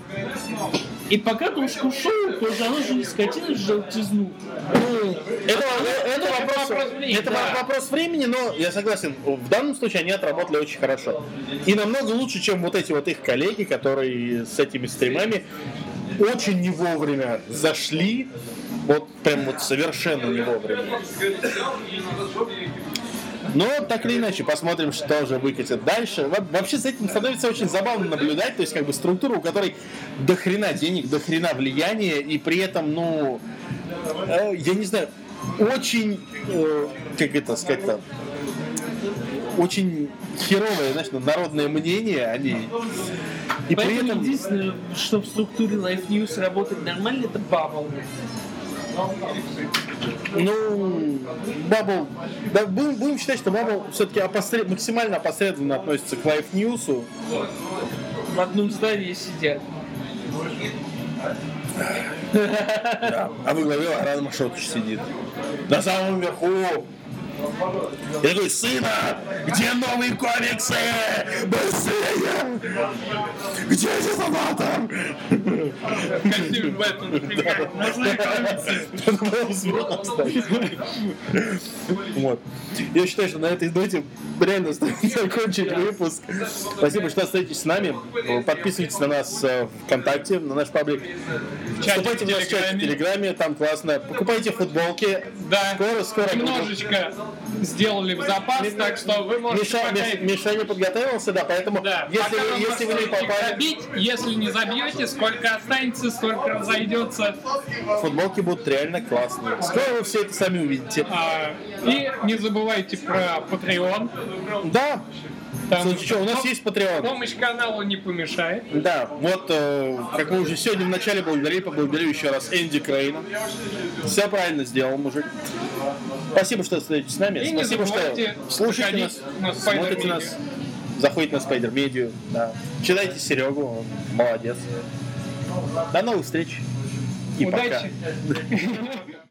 И пока Тушку шоу, тоже оно же не скатилось в желтизну. Ну, это, это, это, вопрос, вопрос времени, это да. вопрос времени, но я согласен, в данном случае они отработали очень хорошо. И намного лучше, чем вот эти вот их коллеги, которые с этими стримами очень не вовремя зашли. Вот прям вот совершенно не вовремя. Но так или иначе, посмотрим, что же выкатит дальше. Вообще с этим становится очень забавно наблюдать, то есть как бы структура, у которой до хрена денег, до хрена влияния, и при этом, ну, э, я не знаю, очень, э, как это сказать-то, очень херовое, знаешь, народное мнение о ней. И Поэтому при этом... единственное, что в структуре Life News работает нормально, это Bubble. Ну, Bubble, да, будем, будем считать, что Bubble все-таки опосред... максимально опосредованно относится к Life News. В одном здании сидят. Да. А во главе Аран Машотович сидит. На самом верху. Я такой, сына, где новые комиксы? Быстрее! Где Дезонатор? Костюм Бэтмен, например. Можно и комиксы. Вот. Я считаю, что на этой ноте реально стоит закончить выпуск. Спасибо, что остаетесь с нами. Подписывайтесь на нас ВКонтакте, на наш паблик. Вступайте в наш чат в Телеграме, там классно. Покупайте футболки. Да. Скоро, скоро. Немножечко сделали в запас, Миш... так что вы можете... Миша, пока... Миша не подготовился, да, поэтому да. если, вы, вы, если вы не попали... Забить, если не забьете, сколько останется, сколько разойдется. Футболки будут реально классные. Скоро вы все это сами увидите. А, и не забывайте про Patreon. Да. Там, Слушай, что, у нас есть Patreon. Помощь каналу не помешает. Да, вот, э, как мы уже сегодня вначале благодарили, поблагодарю еще раз Энди Крейна. Все правильно сделал, мужик. Спасибо, что остаетесь с нами. И Спасибо, что слушаете нас, на смотрите нас, заходите на Спайдер Медиа. Да. Читайте Серегу, он молодец. До новых встреч. И удачи. Пока.